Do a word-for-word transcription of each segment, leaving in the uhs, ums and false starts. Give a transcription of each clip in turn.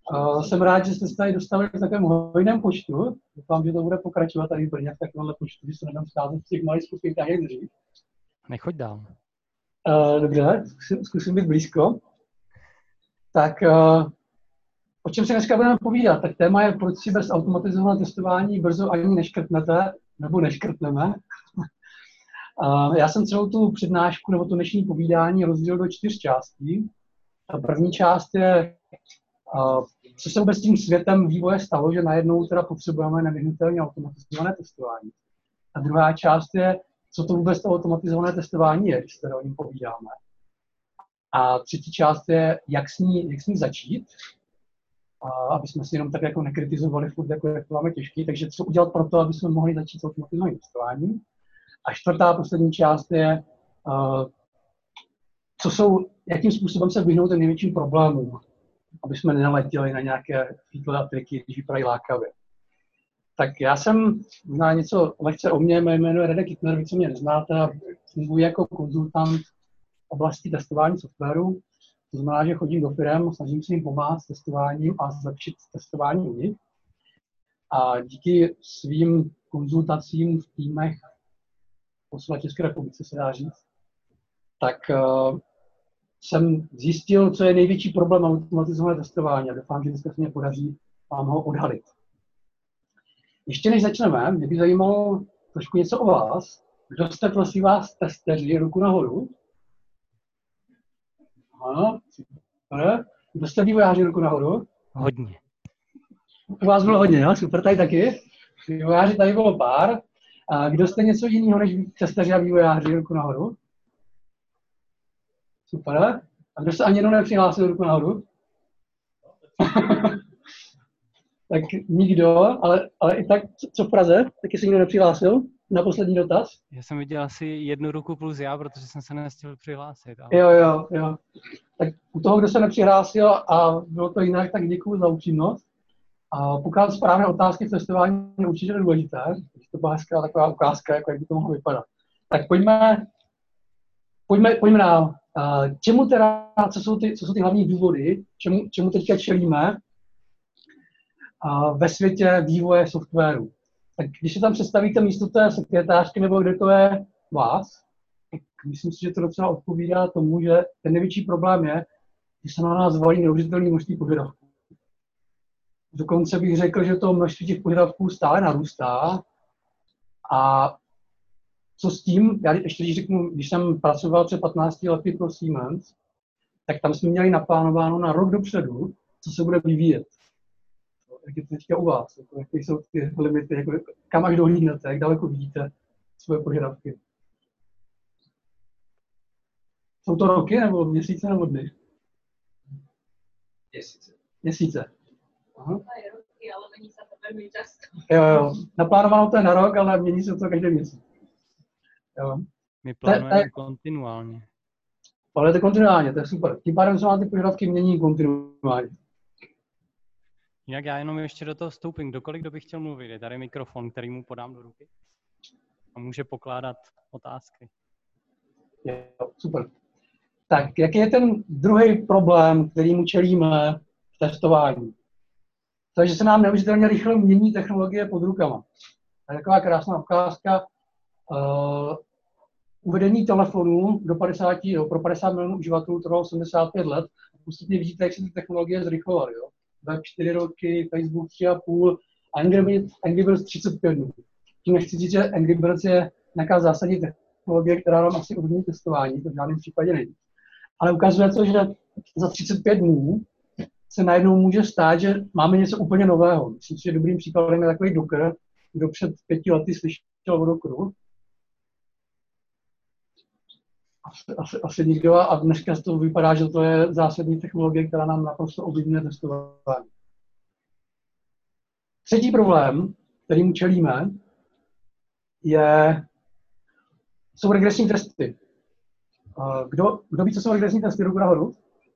Uh, jsem rád, že jste se tady dostali v takovém hojném počtu. Doufám, že to bude pokračovat tady v Brně v takovémhle počtu, že se nebudeme scházet v těch malých skupinkách jak dřív. Nechoď dál. Uh, dobře, zkusím, zkusím být blízko. Tak uh, o čem si dneska budeme povídat? Tak téma je, proč si bez automatizovaného testování brzo ani neškrtnete, nebo neškrtneme. uh, já jsem celou tu přednášku nebo to dnešní povídání rozdělil do čtyř částí. Ta první část je, uh, co se vůbec tím světem vývoje stalo, že najednou teda potřebujeme nevyhnutelně automatizované testování. A druhá část je, co to vůbec to automatizované testování je, když teda o něm povídáme. A třetí část je, jak s ní, jak s ní začít, a aby jsme si jenom tak jako nekritizovali furt, jako jak to máme těžký, takže co udělat pro to, aby jsme mohli začít s automatizovaným testováním. A čtvrtá, poslední část je, uh, co jsou, jakým způsobem se vyhnout těm největším problémům, aby jsme nenaletěli na nějaké fítle a triky, když vypadají lákavě. Tak já jsem na něco lehce o mě, mé jméno je Radek Kittner, vy co mě neznáte, funguji jako konzultant v oblasti testování softwaru. To znamená, že chodím do firem, snažím se jim pomáhat s testováním a zlepšit testování u nich. A díky svým konzultacím v týmech po celé České republice, se dá říct, tak uh, jsem zjistil, co je největší problém automatizované testování a doufám, že dneska se mě podaří vám ho odhalit. Ještě než začneme, mě by zajímalo trošku něco o vás. Kdo jste, prosím vás, testeři, ruku nahoru? Ano, super. Kdo jste vývojáři, ruku nahoru? Hodně. U vás bylo hodně, jo? Super, tady taky. Vývojáři tady bylo pár. A kdo jste něco jiného než testeři a vývojáři, ruku nahoru? Super. A kdo se ani jednou nepřihlásil, ruku nahoru? Tak nikdo, ale, ale i tak, co v Praze, taky se nikdo nepřihlásil na poslední dotaz. Já jsem viděl asi jednu ruku plus já, protože jsem se nestihl přihlásit. Ale... Jo, jo, jo. Tak u toho, kdo se nepřihlásil a bylo to jinak, tak děkuju za upřímnost. A pokud správné otázky v testování je určitě důležité, takže to byla hezká taková ukázka, jako jak by to mohlo vypadat. Tak pojďme, pojďme, pojďme dál. Čemu teda, co jsou ty, co jsou ty hlavní důvody, čemu, čemu teďka čelíme ve světě vývoje softwaru. Tak když si tam představíte místo té sekretářky nebo kde to je vás, tak myslím si, že to docela odpovídá tomu, že ten největší problém je, že se na nás valí neuvěřitelné množství požadavků. Dokonce bych řekl, že to množství těch požadavků stále narůstá. A co s tím? Já ještě když řeknu, když jsem pracoval před patnácti lety pro Siemens, tak tam jsme měli naplánováno na rok dopředu, co se bude vyvíjet. Jak je to teďka u vás, jako, jaké jsou ty limity, jako, kam až dohlídnete, jak daleko vidíte svoje požadavky. Jsou to roky, nebo měsíce, nebo dny? Měsíce. Měsíce. Aha. Roky, ale mění se to velmi často. Jo, jo. Naplánováno to je na rok, ale mění se to každý měsíc. Jo. My plánujeme kontinuálně. Plánujete kontinuálně, to je super. Tím pádem se vám ty požadavky mění kontinuálně. Jinak já jenom ještě do toho vstoupím. Kdokoliv, kdo by chtěl mluvit, je tady mikrofon, který mu podám do ruky a může pokládat otázky. Jo, super. Tak, jaký je ten druhý problém, kterýmu čelíme v testování? To je, že se nám neuvěřitelně rychle mění technologie pod rukama. To je taková krásná ukázka. Uh, uvedení telefonu do padesáti, jo, pro padesát milionů uživatelů trvalo sedmdesát pět let. Postupně vidíte, jak se ty technologie zrychlovaly. Jo? Web čtyři roky, Facebook tři a půl, Angry, Angry Birds třicet pět dnů. Tím nechci říct, že Angry Birds je nějaká zásadní technologie, která nám asi ovlivní testování, to v žádném případě není. Ale ukazuje to, že za třicet pět dnů se najednou může stát, že máme něco úplně nového. Myslím si, že dobrým příkladem je takový Docker, kdo před pěti lety slyšel o Dockeru. Asi, asi, asi nikdo a dneska to vypadá, že to je zásadní technologie, která nám naprosto ovlivňuje testování. Třetí problém, kterým čelíme, je, jsou regresní testy. Kdo, kdo ví, co jsou regresní testy? Ruku nahoru.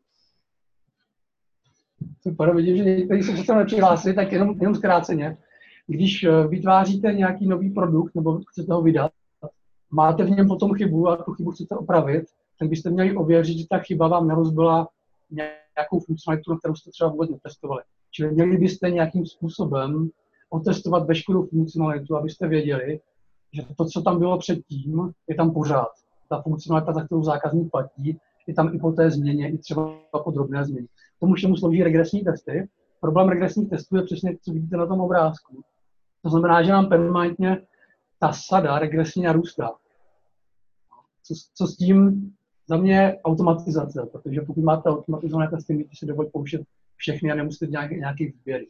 Super, vidím, že někteří se přece nepřihlásili, tak jenom, jenom zkráceně. Když vytváříte nějaký nový produkt nebo chcete ho vydat, máte v něm potom chybu a tu chybu chcete opravit, tak byste měli ověřit, že ta chyba vám nerozbila nějakou funkcionalitu, kterou jste třeba vůbec netestovali. Čili měli byste nějakým způsobem otestovat veškerou funkcionalitu, abyste věděli, že to, co tam bylo předtím, je tam pořád. Ta funkcionalita, za kterou zákazník platí, je tam i po té změně, i třeba po drobné změně. Tomu všemu slouží regresní testy. Problém regresních testů je přesně, co vidíte na tom obrázku. To znamená, že nám permanentně ta sada regresně narůstá. Co, co s tím? Za mě je automatizace, protože pokud máte automatizované testy, můžete si dovolit pouštět všechny a nemusíte nějaký, nějaký výběry.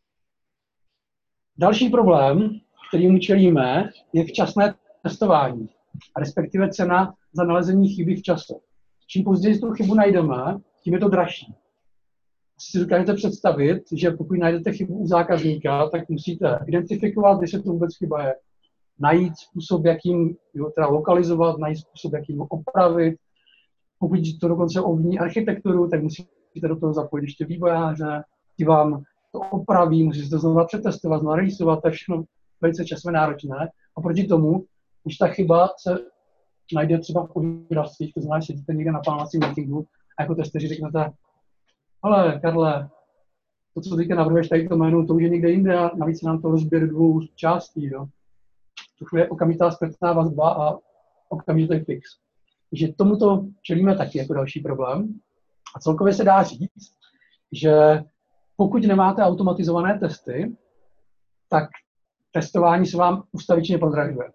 Další problém, kterým čelíme, je včasné testování, respektive cena za nalezení chyby v čase. Čím později tu chybu najdeme, tím je to dražší. Si dokážete představit, že pokud najdete chybu u zákazníka, tak musíte identifikovat, jestli to vůbec chyba je, najít způsob, jakým jo, teda lokalizovat, najít způsob, jakým ho opravit. Pokud to dokonce ovlivní architekturu, tak musíte do toho zapojit ještě vývojáře, ti vám to opraví, musíte to znovu přetestovat, znovu releaseovat, to je všechno velice časově náročné. A proti tomu, když ta chyba se najde třeba v požadavcích, to znamená, že sedíte někde na plánovacím meetingu a jako testeři řeknete, ale Karle, to, co teďka navrhuješ tady to jméno, to už je někde jinde a navíc nám to rozběr dvou částí. Jo. To je okamžitá zpětná vazba a okamžitý fix. Takže tomuto čelíme taky jako další problém. A celkově se dá říct, že pokud nemáte automatizované testy, tak testování se vám ustavičně podražuje.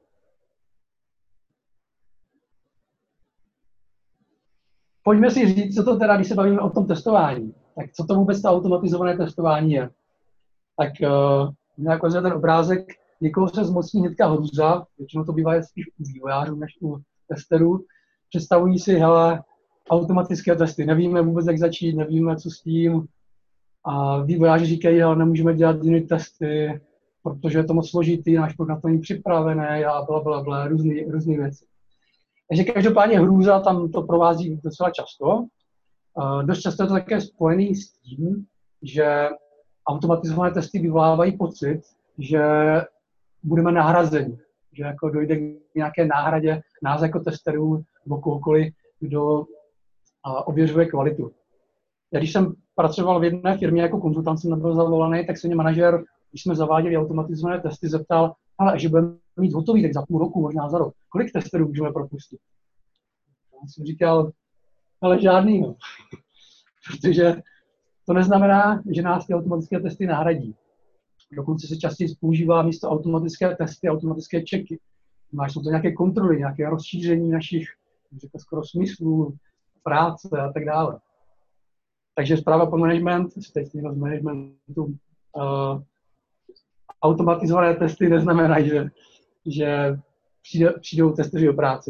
Pojďme si říct, co to teda, když se bavíme o tom testování, tak co to vůbec to automatizované testování je. Tak uh, jako ten obrázek, někoho se zmocní hnedka hrůza, většinou to bývá spíš u vývojářů než u testerů, představují si, hele, automatické testy, nevíme vůbec, jak začít, nevíme, co s tím. A vývojáři říkají, hele, nemůžeme dělat unit testy, protože je to moc složitý, náš program to není připravený a blablabla, různé různé věci. Takže každopádně hrůza tam to provází docela často. Uh, dost často je to také spojený s tím, že automatizované testy vyvolávají pocit, že budeme nahrazeni, že jako dojde k nějaké náhradě nás jako testerů nebo kohokoliv, kdo uh, ověřuje kvalitu. Já když jsem pracoval v jedné firmě jako konzultant, jsem nebyl zavolaný, tak se mě manažer, když jsme zaváděli automatizované testy, zeptal, ale že budeme mít hotový, tak za půl roku, možná za rok, kolik testerů můžeme propustit? Já jsem říkal, ale žádný, no. Protože to neznamená, že nás ty automatické testy nahradí. Dokonce se častěji používá místo automatické testy, automatické checky. Máš to nějaké kontroly, nějaké rozšíření našich, řekl skoro smyslů, práce a tak dále. Takže zpráva pro management, teď z managementu, uh, automatizované testy neznamenají, že, že přijde, přijdou testeři do práce.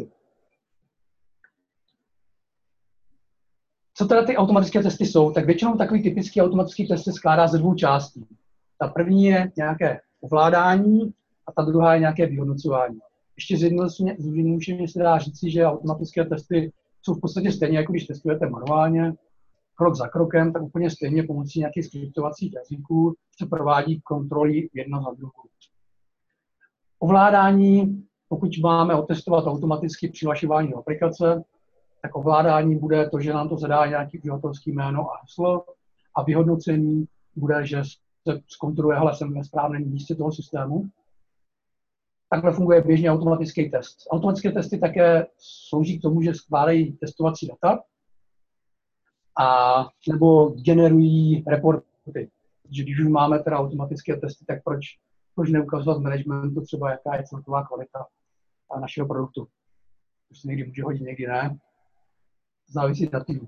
Co teda ty automatické testy jsou? Tak většinou takový typický automatický test se skládá ze dvou částí. Ta první je nějaké ovládání a ta druhá je nějaké vyhodnocování. Ještě zjednodušeně se dá říci, že automatické testy jsou v podstatě stejně, jako když testujete manuálně, krok za krokem, tak úplně stejně pomocí nějakých skriptovacích jazyků se provádí kontroly jedna za druhou. Ovládání, pokud máme otestovat automaticky přihlašování do aplikace, tak ovládání bude to, že nám to zadá nějaký uživatelský jméno a heslo a vyhodnocení bude, že se zkontroluje, hele, jsem ve správném místě toho systému. Takhle funguje běžně automatický test. Automatické testy také slouží k tomu, že skládají testovací data a nebo generují reporty. Takže když už máme teda automatické testy, tak proč, proč neukazovat managementu třeba, jaká je celková kvalita našeho produktu. To se někdy může hodit, někdy ne. Závisí na týmu.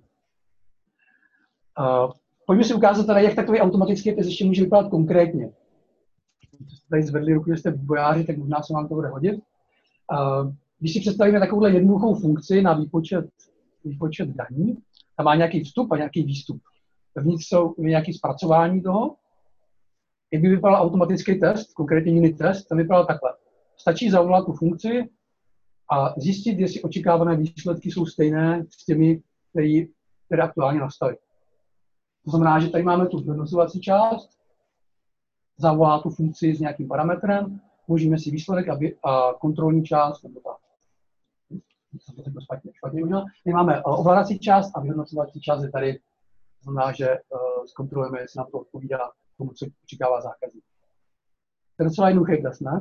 Uh, pojďme si ukázat teda, jak takový automatický test ještě může vypadat konkrétně. Když jste tady zvedli ruku, že jste vývojáři, tak možná se vám to bude hodit. Uh, když si představíme takovouhle jednoduchou funkci na výpočet, výpočet daní, tam má nějaký vstup a nějaký výstup. Vnitř jsou nějaké zpracování toho. Jak by vypadal automatický test, konkrétně unit test, ten vypadal takhle. Stačí zavolat tu funkci a zjistit, jestli očekávané výsledky jsou stejné s těmi, které, které aktuálně nastaví. To znamená, že tady máme tu vyhodnocovací část, zavolá tu funkci s nějakým parametrem, můžeme si výsledek a, a kontrolní část, nebo tak. Špatně, špatně možná. My máme ovládací část a vyhodnocovací část je tady znamená, že uh, zkontrolujeme, jestli nám to odpovídá tomu, co očekává zákazník. To je docela jednoduchý test, ne?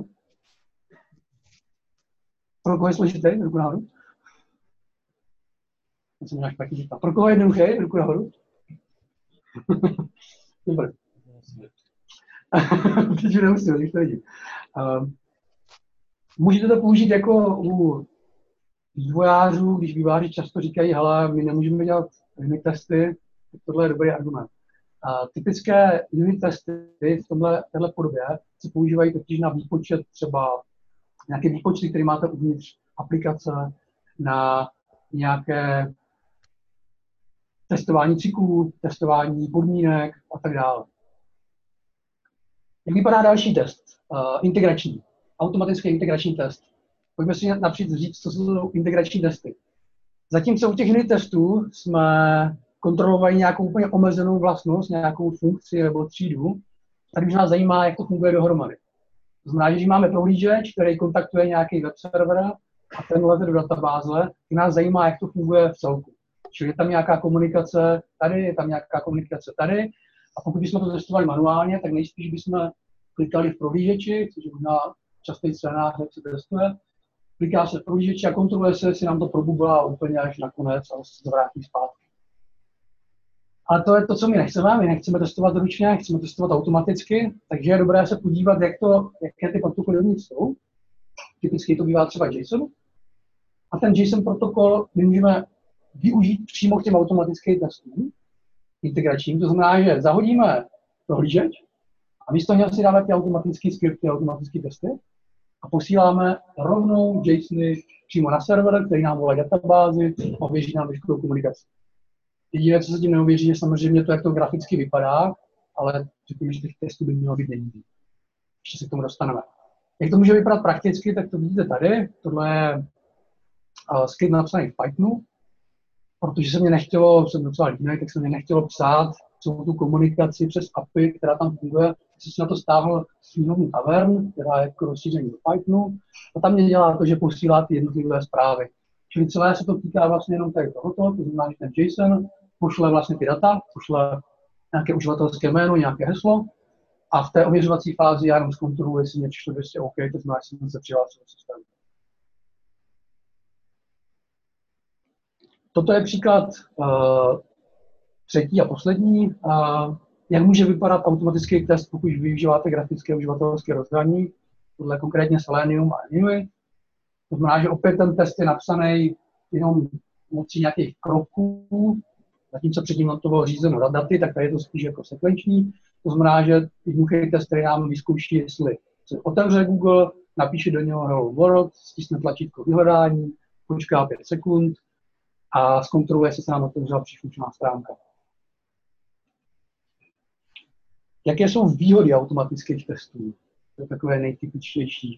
Pro koho je složitý? Ruku nahoru. To jsem nějak taky říkal. Pro koho je jednoduchý? Ruku nahoru. Dobře. Teď nemusím, když to vidím. Um, můžete to použít jako u vývojářů, když vývojáři často říkají, hele, my nemůžeme dělat unit testy, tohle je dobrý argument. A typické unit testy v tomhle, téhle podobě se používají totiž na výpočet třeba nějaké výpočty, které máte uvnitř aplikace, na nějaké testování cyklů, testování podmínek a tak dále. Jak vypadá další test? Uh, integrační. Automatický integrační test. Pojďme si například říct, co jsou integrační testy. Zatímco u těch unit testů jsme kontrolovali nějakou úplně omezenou vlastnost, nějakou funkci nebo třídu, tady už nás zajímá, jak to funguje dohromady. To znamená, že když máme prohlížeč, který kontaktuje nějaký web server a ten leze do databáze, tak nás zajímá, jak to funguje v celku. Čili je tam nějaká komunikace tady, je tam nějaká komunikace tady. A pokud bychom to testovali manuálně, tak nejspíš bychom klikali v prohlížeči, což je možná častý scénář, jak se testuje. Kliká se v prohlížeči a kontroluje se, jestli nám to probublá úplně až nakonec a se vrátí zpátky. Ale to je to, co my nechceme. My nechceme testovat ručně, chceme testovat automaticky, takže je dobré se podívat, jak to, jaké ty protokoly dovnitř jsou. Typicky to bývá třeba JSON. A ten JSON protokol my můžeme využít přímo k těm automatickým testům, integračním. To znamená, že zahodíme prohlížeč a místo něho si dáme ty automatické skripty, automatické testy a posíláme rovnou JSONy přímo na server, který nám volá databázi a ověří nám veškerou komunikaci. Jediné, co se tím neověří, je samozřejmě to, jak to graficky vypadá, ale řekněme, že těch testů by mělo být nejvíc. Ještě se k tomu dostaneme. Jak to může vypadat prakticky, tak to vidíte tady. Tohle je uh, skript napsaný v Pythonu, protože se mě nechtělo, jsem docela línej, tak se mě nechtělo psát celou tu komunikaci přes A P I, která tam funguje. Jsem si na to stáhl sníhovnu Tavern, která je jako rozšíření do Pythonu, a tam mě dělá to, že posílá ty jednotlivé zprávy. Čili celé se to týká vlastně jenom tady tohoto, to znamená, že ten JSON pošle vlastně ty data, pošle nějaké uživatelské jméno, nějaké heslo a v té ověřovací fázi já jenom zkontroluji, jestli mě čtu dvě stě OK, to znamená, že jsem se přihlásil do systému. Toto je příklad uh, třetí a poslední. Uh, jak může vypadat automatický test, pokud využíváte grafické uživatelské rozhraní, tohle konkrétně Selenium a Anyway. To znamená, že opět ten test je napsaný jenom mocí nějakých kroků, zatímco předtím na to bylo řízeno daty, tak tady je to spíš jako sekvenční. To znamená, že jednoduchý test, který nám vyzkouší, jestli se otevře Google, napíše do něho Hello World, stisne tlačítko vyhledání, počká pět sekund a zkontroluje, jestli se nám otevřela příslušná stránka. Jaké jsou výhody automatických testů? To je takové nejtypičtější.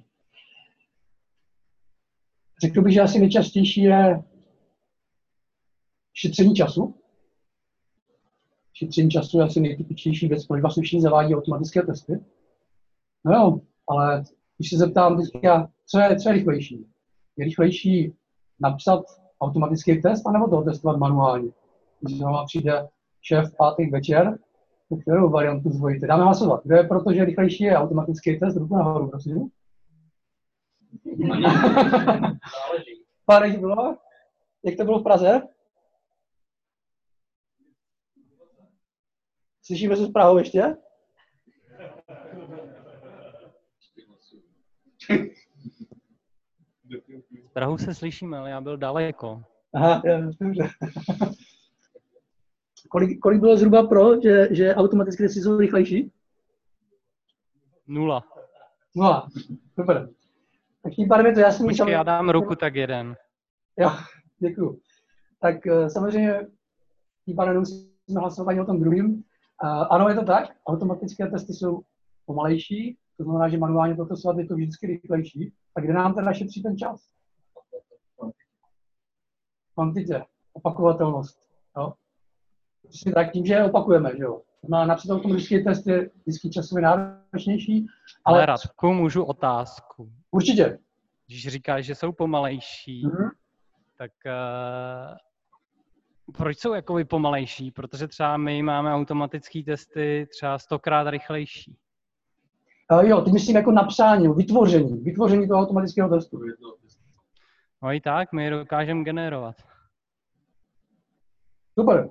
Řekl bych, že asi nejčastější je šetření času. Šetření času je asi nejtypičtější věc, proč vlastně všichni zavádí automatické testy. No jo, ale když se zeptám teďka, co je, co je rychlejší? Je rychlejší napsat automatický test, anebo toho testovat manuálně? Když vám přijde šéf v pátek večer, tak kterou variantu zvolíte? Dáme hlasovat. Kdo je proto, že rychlejší je automatický test? Ruku nahoru, prosím. Pár lidí bylo? Jak to bylo v Praze? Slyšíme se s Prahou ještě? S Prahou se slyšíme, ale já byl daleko. Aha, dobře. Kolik, kolik bylo zhruba pro, že, že automaticky testy jsou rychlejší? Nula. Nula, super. Tak tím pádem je to jasný. Počkej, já dám ruku, tak jeden. Jo, děkuju. Tak samozřejmě tím pádem nemusíme hlasovat ani o tom druhým. Uh, ano, je to tak, automatické testy jsou pomalejší, to znamená, že manuálně to testovat je to vždycky rychlejší. Tak kde nám teda šetří ten čas? Kvantitě, opakovatelnost. Jo? Přesně tak, tím, že je opakujeme, že jo. No, například automatický test je vždycky časově náročnější, ale... Ale Radku, můžu otázku. Určitě. Když říkáš, že jsou pomalejší, mm-hmm. tak uh, proč jsou jakoby pomalejší? Protože třeba my máme automatické testy třeba stokrát rychlejší. Uh, jo, ty myslím jako napsání, vytvoření, vytvoření toho automatického testu. No i tak, my je dokážeme generovat. Super.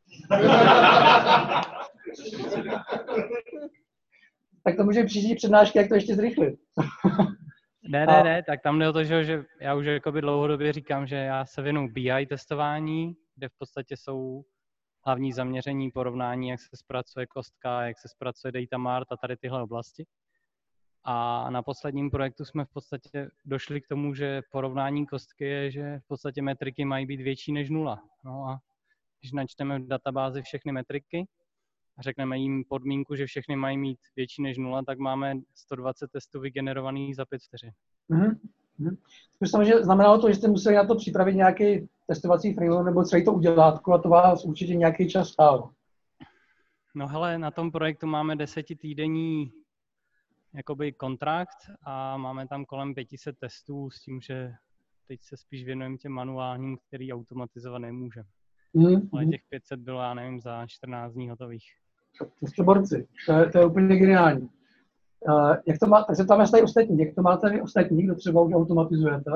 Tak to může přijít přednášky, jak to ještě zrychlit. Ne, ne, ne, tak tam jde o to, že, že já už jakoby dlouhodobě říkám, že já se věnuju B I testování, kde v podstatě jsou hlavní zaměření porovnání, jak se zpracuje kostka, jak se zpracuje data mart a tady tyhle oblasti. A na posledním projektu jsme v podstatě došli k tomu, že porovnání kostky je, že v podstatě metriky mají být větší než nula. No a když načteme v databázi všechny metriky a řekneme jim podmínku, že všechny mají mít větší než nula, tak máme sto dvacet testů vygenerovaných za pět vteřin. Mm-hmm. To že znamenalo to, že jste museli na to připravit nějaký testovací framework nebo celý to udělátko a to vás určitě nějaký čas stálo. No hele, na tom projektu máme desetitýdenní jakoby kontrakt a máme tam kolem pět set testů s tím, že teď se spíš věnujeme těm manuálním, který automatizovat nemůžeme. Mm-hmm. Ale těch pět set bylo, já nevím, za čtrnáct dní hotových. To jste borci, to je, to je úplně geniální. Uh, jak to má, tak se tam tady ostatní, jak to máte vy ostatní, kdo třeba už automatizujete?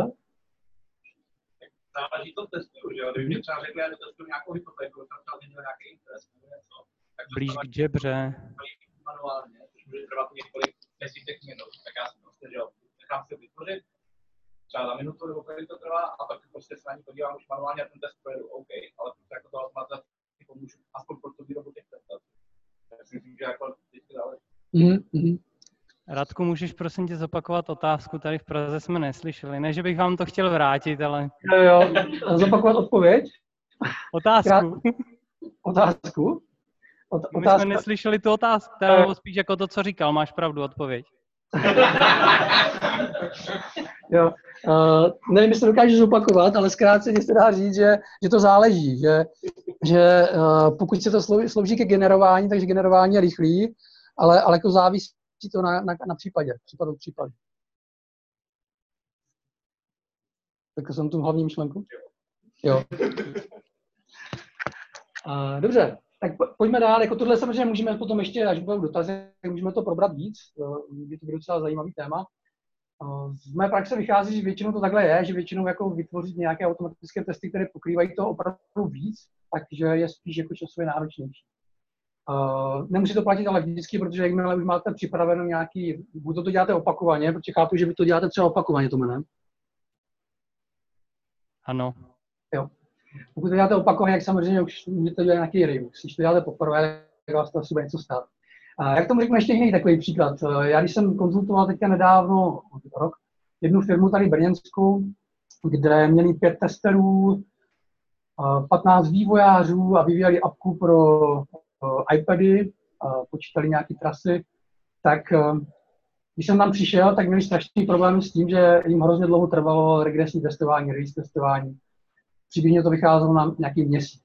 Záleží to testuju, že jo? Kdyby mě třeba řekli, že testuju nějakou hypotéku, tam třeba měl nějaký interes nebo něco. Blíž k žebře. Manuálně, což může trvat několik desítek minut, tak já si prostě, že jo, nechám se vytvořit, třeba za minutu nebo kolik to trvá a pak prostě se na ní podívám už manuálně a ten test projedu, OK, ale prostě jako to automatizaci pomůžu aspoň pro tu výrobu těch testů. Já si myslím, že jako vždycky záleží. Mm-hmm. Radku, můžeš prosím tě zopakovat otázku, tady v Praze jsme neslyšeli. Ne, že bych vám to chtěl vrátit, ale... Jo, jo. Zopakovat odpověď? Otázku. Otázku? Ot- My otázka... jsme neslyšeli tu otázku, nebo spíš jako to, co říkal, máš pravdu, odpověď. Jo. Uh, nevím, jestli to dokážu zopakovat, ale zkráceně se dá říct, že, že to záleží, že, že uh, pokud se to slouží, slouží ke generování, takže generování je rychlý, ale, ale jako závisí to na, na, na případě, případ od případu. Tak to jsem tu hlavní myšlenku? Jo. Uh, dobře, tak pojďme dál. Jako tohle samozřejmě můžeme potom ještě, až budou dotazy, můžeme to probrat víc. Je to docela zajímavý téma. Z mé praxe vychází, že většinou to takhle je, že většinou jako vytvořit nějaké automatické testy, které pokrývají to opravdu víc, takže je spíš jako časově náročnější. Uh, nemusí to platit ale vždycky, protože jakmile už máte připraveno nějaký, buď to, to děláte opakovaně, protože chápu, že vy to děláte třeba opakovaně, to ne? Ano. Jo. Pokud to děláte opakovaně, jak samozřejmě už můžete dělat nějaký remix. Když to děláte poprvé, tak vás to asi bude něco stát. Uh, jak tomu řeknu ještě jiný takový příklad. Uh, já když jsem konzultoval teďka nedávno, rok, jednu firmu tady brněnskou, kde měli pět testerů, uh, patnáct vývojářů a vyvíjeli apku pro iPady, počítali nějaké trasy, tak když jsem tam přišel, tak měli strašný problém s tím, že jim hrozně dlouho trvalo regresní testování, release testování. Přibližně to vycházelo na nějaký měsíc.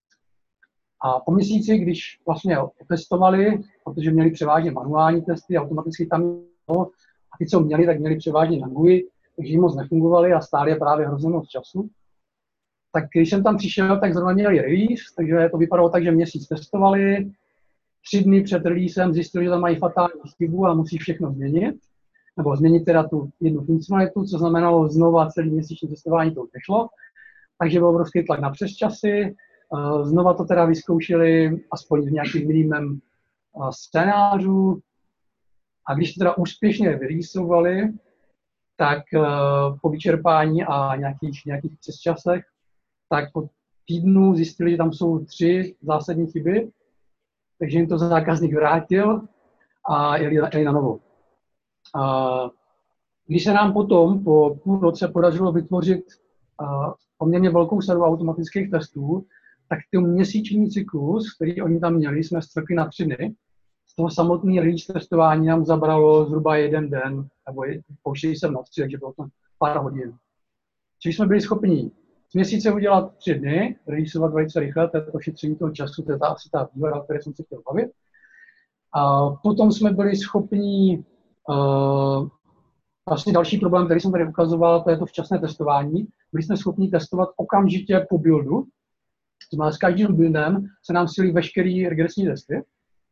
A po měsíci, když vlastně otestovali, protože měli převážně manuální testy, automaticky tam bylo, a ty, co měli, tak měli převážně na G U I, takže jim moc nefungovaly a stáli je právě hrozně moc času. Tak když jsem tam přišel, tak zrovna měli release, takže to vypadalo tak, že měsíc testovali, tři dny před releasem zjistili, že tam mají fatální chybu a musí všechno změnit, nebo změnit teda tu jednu funkcionalitu, co znamenalo znova celý měsíční testování, to už nešlo, takže byl obrovský tlak na přesčasy, znova to teda vyzkoušeli aspoň v nějakým minimum scénářů a když to teda úspěšně vyreleasovali, tak po vyčerpání a nějakých, nějakých přesčasech, tak po týdnu zjistili, že tam jsou tři zásadní chyby, takže jim to zákazník vrátil a jeli, jeli na novo. A když se nám potom po půl roce podařilo vytvořit poměrně velkou sadu automatických testů, tak ten měsíční cyklus, který oni tam měli, jsme strkli na tři dny. Z toho samotné release testování nám zabralo zhruba jeden den, nebo pouštěli se v noci, takže bylo to pár hodin. Čili jsme byli schopni z měsíce udělat tři dny, releaseovat velice rychle, to je to šetření toho času, to je ta, asi ta výhoda, o které jsem se chtěl bavit. A potom jsme byli schopni, uh, vlastně další problém, který jsem tady ukazoval, to je to včasné testování. Byli jsme schopni testovat okamžitě po buildu, To znamená, s každým buildem se nám silí veškerý regresní testy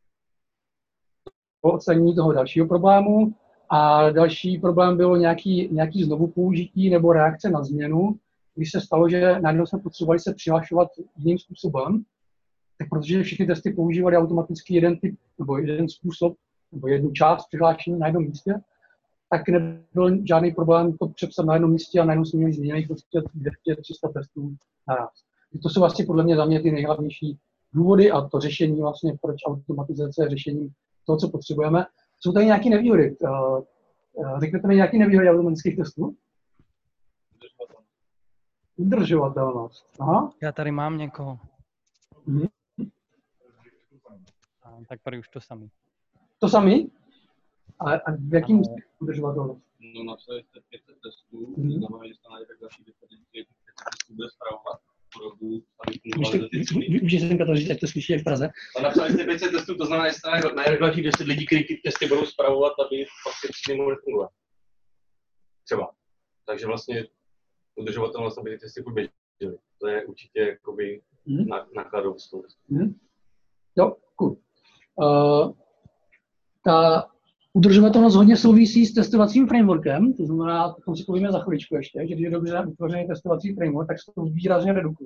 po odstranění toho dalšího problému. A další problém bylo nějaký, nějaký znovu použití nebo reakce na změnu, když se stalo, že najednou jsme potřebovali se přihlašovat jiným způsobem, tak protože všechny testy používali automaticky jeden typ nebo jeden způsob nebo jednu část přihlášení na jednom místě, tak nebyl žádný problém to přepsat na jednom místě a najednou jsme měli změněných prostě dvě stě tři sta testů naraz. To jsou vlastně podle mě za mě ty nejhlavnější důvody a to řešení vlastně, proč automatizace je řešením toho, co potřebujeme. Jsou tady nějaké nevýhody. Řeknete mi nějaké nevýhody automatických testů? Udržovatelnost. Aha. Já tady mám někoho. Mhm. A, tak tady už to samý. To samý? A, a v jakým ano. Udržovatelnost? No napsali jste pět set testů, Mhm. znamená, že jste najde tak další dispozici, pět set testů bude spravovat po dobu, aby Můžete, můžete jsem to říct, jak to slyší jak v Praze. A napsali jste pět set testů, to znamená, že jste najde další deset lidí, kteří ty testy budou spravovat, aby pak ty třídy mohly fungovat. Třeba. Takže vlastně udržovatelnost, aby ty testy poběžely. To je určitě jakoby Mhm. nákladovost. Mhm. Jo, cool. Uh, ta udržovatelnost hodně souvisí s testovacím frameworkem, to znamená, o tom si povíme za chviličku ještě, že když je dobře vytvořený testovací framework, tak se to výrazně redukuje.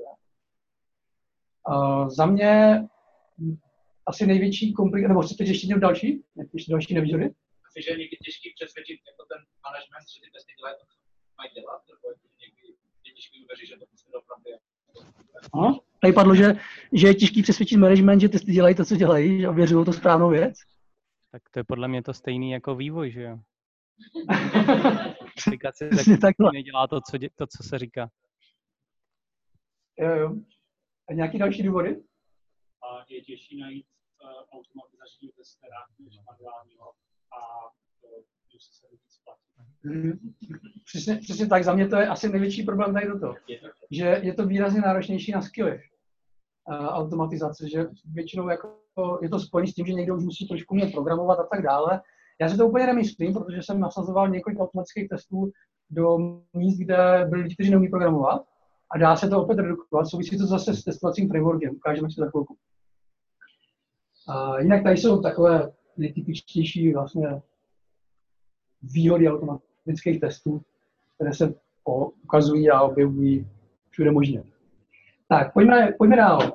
Uh, za mě asi největší komplikace, nebo chcete ještě někdo další? Ještě další nevýhody? Asi, že je někdy těžký přesvědčit jako ten management, že ty testy dělají to, co mají dělat, nebo někdy je těžký uvěřit, že to prostě opravdu je. Aha. Tady padlo, že, že je těžký přesvědčit management, že testy dělají to, co dělají, že ověřují to správnou věc. Tak to je podle mě to stejný jako vývoj, že jo? Aplikace tak nedělá to co, dě, to, co se říká. Jo, jo. A nějaký další důvody? A je těžší najít uh, automatizačního testera než manuálního a uh, se víc platí. Mm. Přesně, přesně tak, za mě to je asi největší problém tady toto. Že je to výrazně náročnější na skilly. Uh, automatizace, že většinou jako je to spojené s tím, že někdo už musí trošku umět programovat a tak dále. Já si to úplně nemyslím, protože jsem nasazoval několik automatických testů do míst, kde byli lidi, kteří neumí programovat a dá se to opět redukovat. Souvisí to zase s testovacím frameworkem, ukážeme si to za chvilku. Uh, jinak tady jsou takové nejtypičtější vlastně výhody automatických testů, které se ukazují a objevují všude možně. Tak, pojďme, pojďme dál.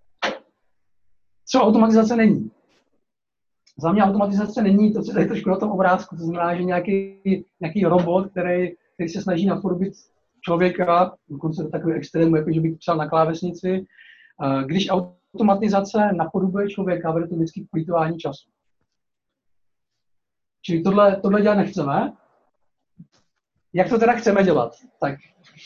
Co automatizace není? Za mě automatizace není to, co je trošku na tom obrázku, to znamená, že nějaký, nějaký robot, který, který se snaží napodobit člověka, dokonce do takového extrému, jako že by psal na klávesnici. Když automatizace napodobuje člověka, vede to vždycky k plýtvání času. Čili tohle, tohle dělat nechceme. Jak to teda chceme dělat? Tak.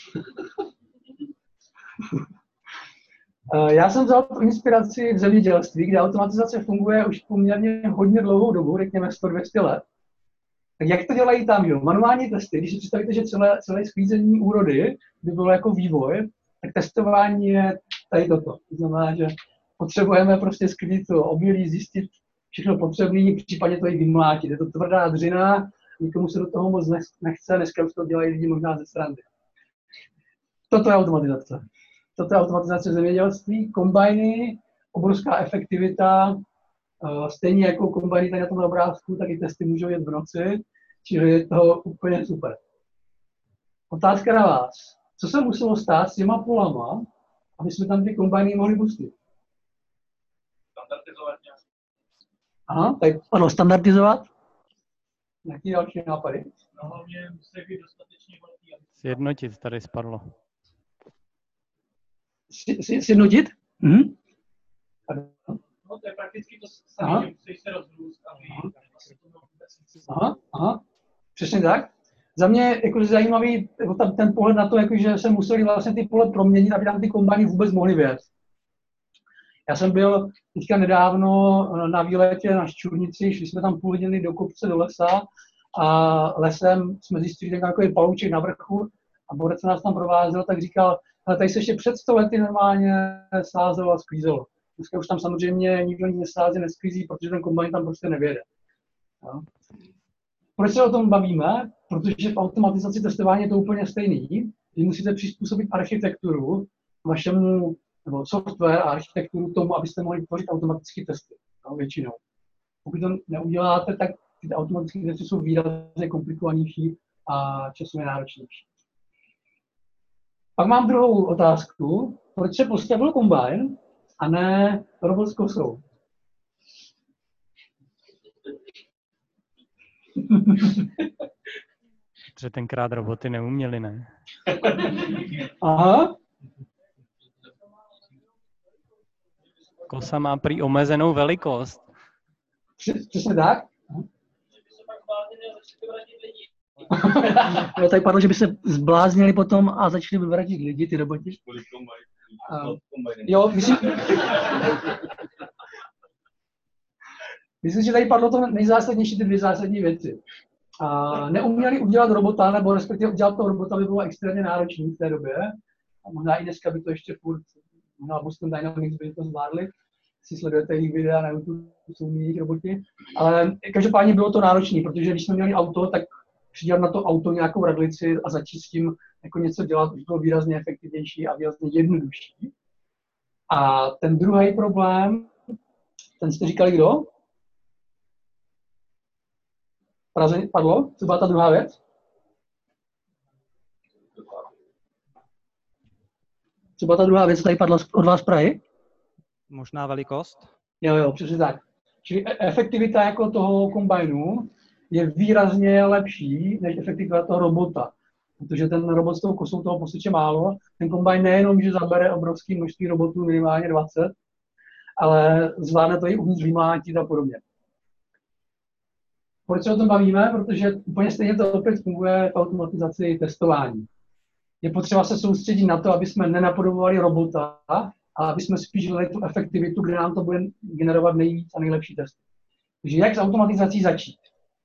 Já jsem vzal tu inspiraci v zemědělství, kde automatizace funguje už poměrně hodně dlouhou dobu, řekněme sto až dvě stě let. Tak jak to dělají tam, jo? Manuální testy, když si představíte, že celé, celé sklízení úrody by bylo jako vývoj, tak testování je tady toto. To znamená, že potřebujeme prostě sklidit to obilí, zjistit všechno potřebné, případně to i vymlátit. Je to tvrdá dřina, nikomu se do toho moc nechce, dneska už to dělají lidi možná ze srandy. Toto je automatizace. Toto je automatizace zemědělství, kombajny, obrovská efektivita, stejně jako kombajny tady na tom obrázku, tak i testy můžou jet v noci, čili je to úplně super. Otázka na vás. Co se muselo stát s těma polama, aby jsme tam ty kombajny mohli pustit? Standardizovat nějak. Aha, tak ano, standardizovat. Jaký další nápady? No hlavně musí být dostatečně velký. Sjednotit tady spadlo. Sjednotit? Mhm. No to je prakticky to samé, že musí se rozrůst a my vlastně to vůbec nic. Aha, aha, přesně tak. Za mě jako zajímavý jako tam, ten pohled na to, jako, že se museli vlastně ty pole proměnit, aby tam ty kombajny vůbec mohly vést. Já jsem byl teďka nedávno na výletě na Šťůrnici, šli jsme tam půl hodiny do kopce, do lesa a lesem jsme zjistili, že tam takový palouček na vrchu a borec, co nás tam provázel, tak říkal, ale tady se ještě před sto lety normálně sázelo a sklízelo. Dneska už tam samozřejmě nikdo nic nesází, nesklízí, protože ten kombajn tam prostě nevěde. No. Proč se o tom bavíme? Protože v automatizaci testování je to úplně stejný. Vy musíte přizpůsobit architekturu vašemu nebo software a architekturu tomu, abyste mohli tvořit automatické testy, no, většinou. Pokud to neuděláte, tak ty automatické testy jsou výrazně komplikovanější a časově náročnější. Pak mám druhou otázku. Proč se postavil Combine a ne robot s kosou? Protože tenkrát roboty neuměly, ne? Aha. Kosa má prý omezenou velikost. Přesně tak? Jo, tady padlo, že by se zbláznili potom a začali vyvratit lidi, ty roboti. Uh, jo, myslím, myslím, že tady padlo to nejzásadnější, ty dvě zásadní věci. Uh, neuměli udělat robota, nebo respektive udělat toho robota by bylo extrémně náročné v té době. A možná i dneska by to ještě furt, možná Boston Dynamics by to zvládli. Si sledujete jejich videa na YouTube, jsou jejich roboti. Ale každopádně bylo to náročné, protože když jsme měli auto, tak přidělat na to auto nějakou radlici a začít s tím jako něco dělat, už bylo výrazně efektivnější a výrazně jednodušší. A ten druhý problém, ten jste říkali kdo? Praze padlo? Co byla ta druhá věc? Co byla ta druhá věc, tady padla od vás z Prahy? Možná velikost? Jo, jo, přesně tak. Čili efektivita jako toho kombajnu je výrazně lepší než efektivita toho robota. Protože ten robot s tou kosou toho posyče málo. Ten kombajn nejenom, že zabere obrovské množství robotů, minimálně dvacet, ale zvládne to i uvnitř vymlátit a podobně. Proč se o tom bavíme? Protože úplně stejně to opět funguje v automatizaci testování. Je potřeba se soustředit na to, aby jsme nenapodobovali robota, ale aby jsme spíš hledali tu efektivitu, kde nám to bude generovat nejvíc a nejlepší testy. Takže jak s automatizací začít?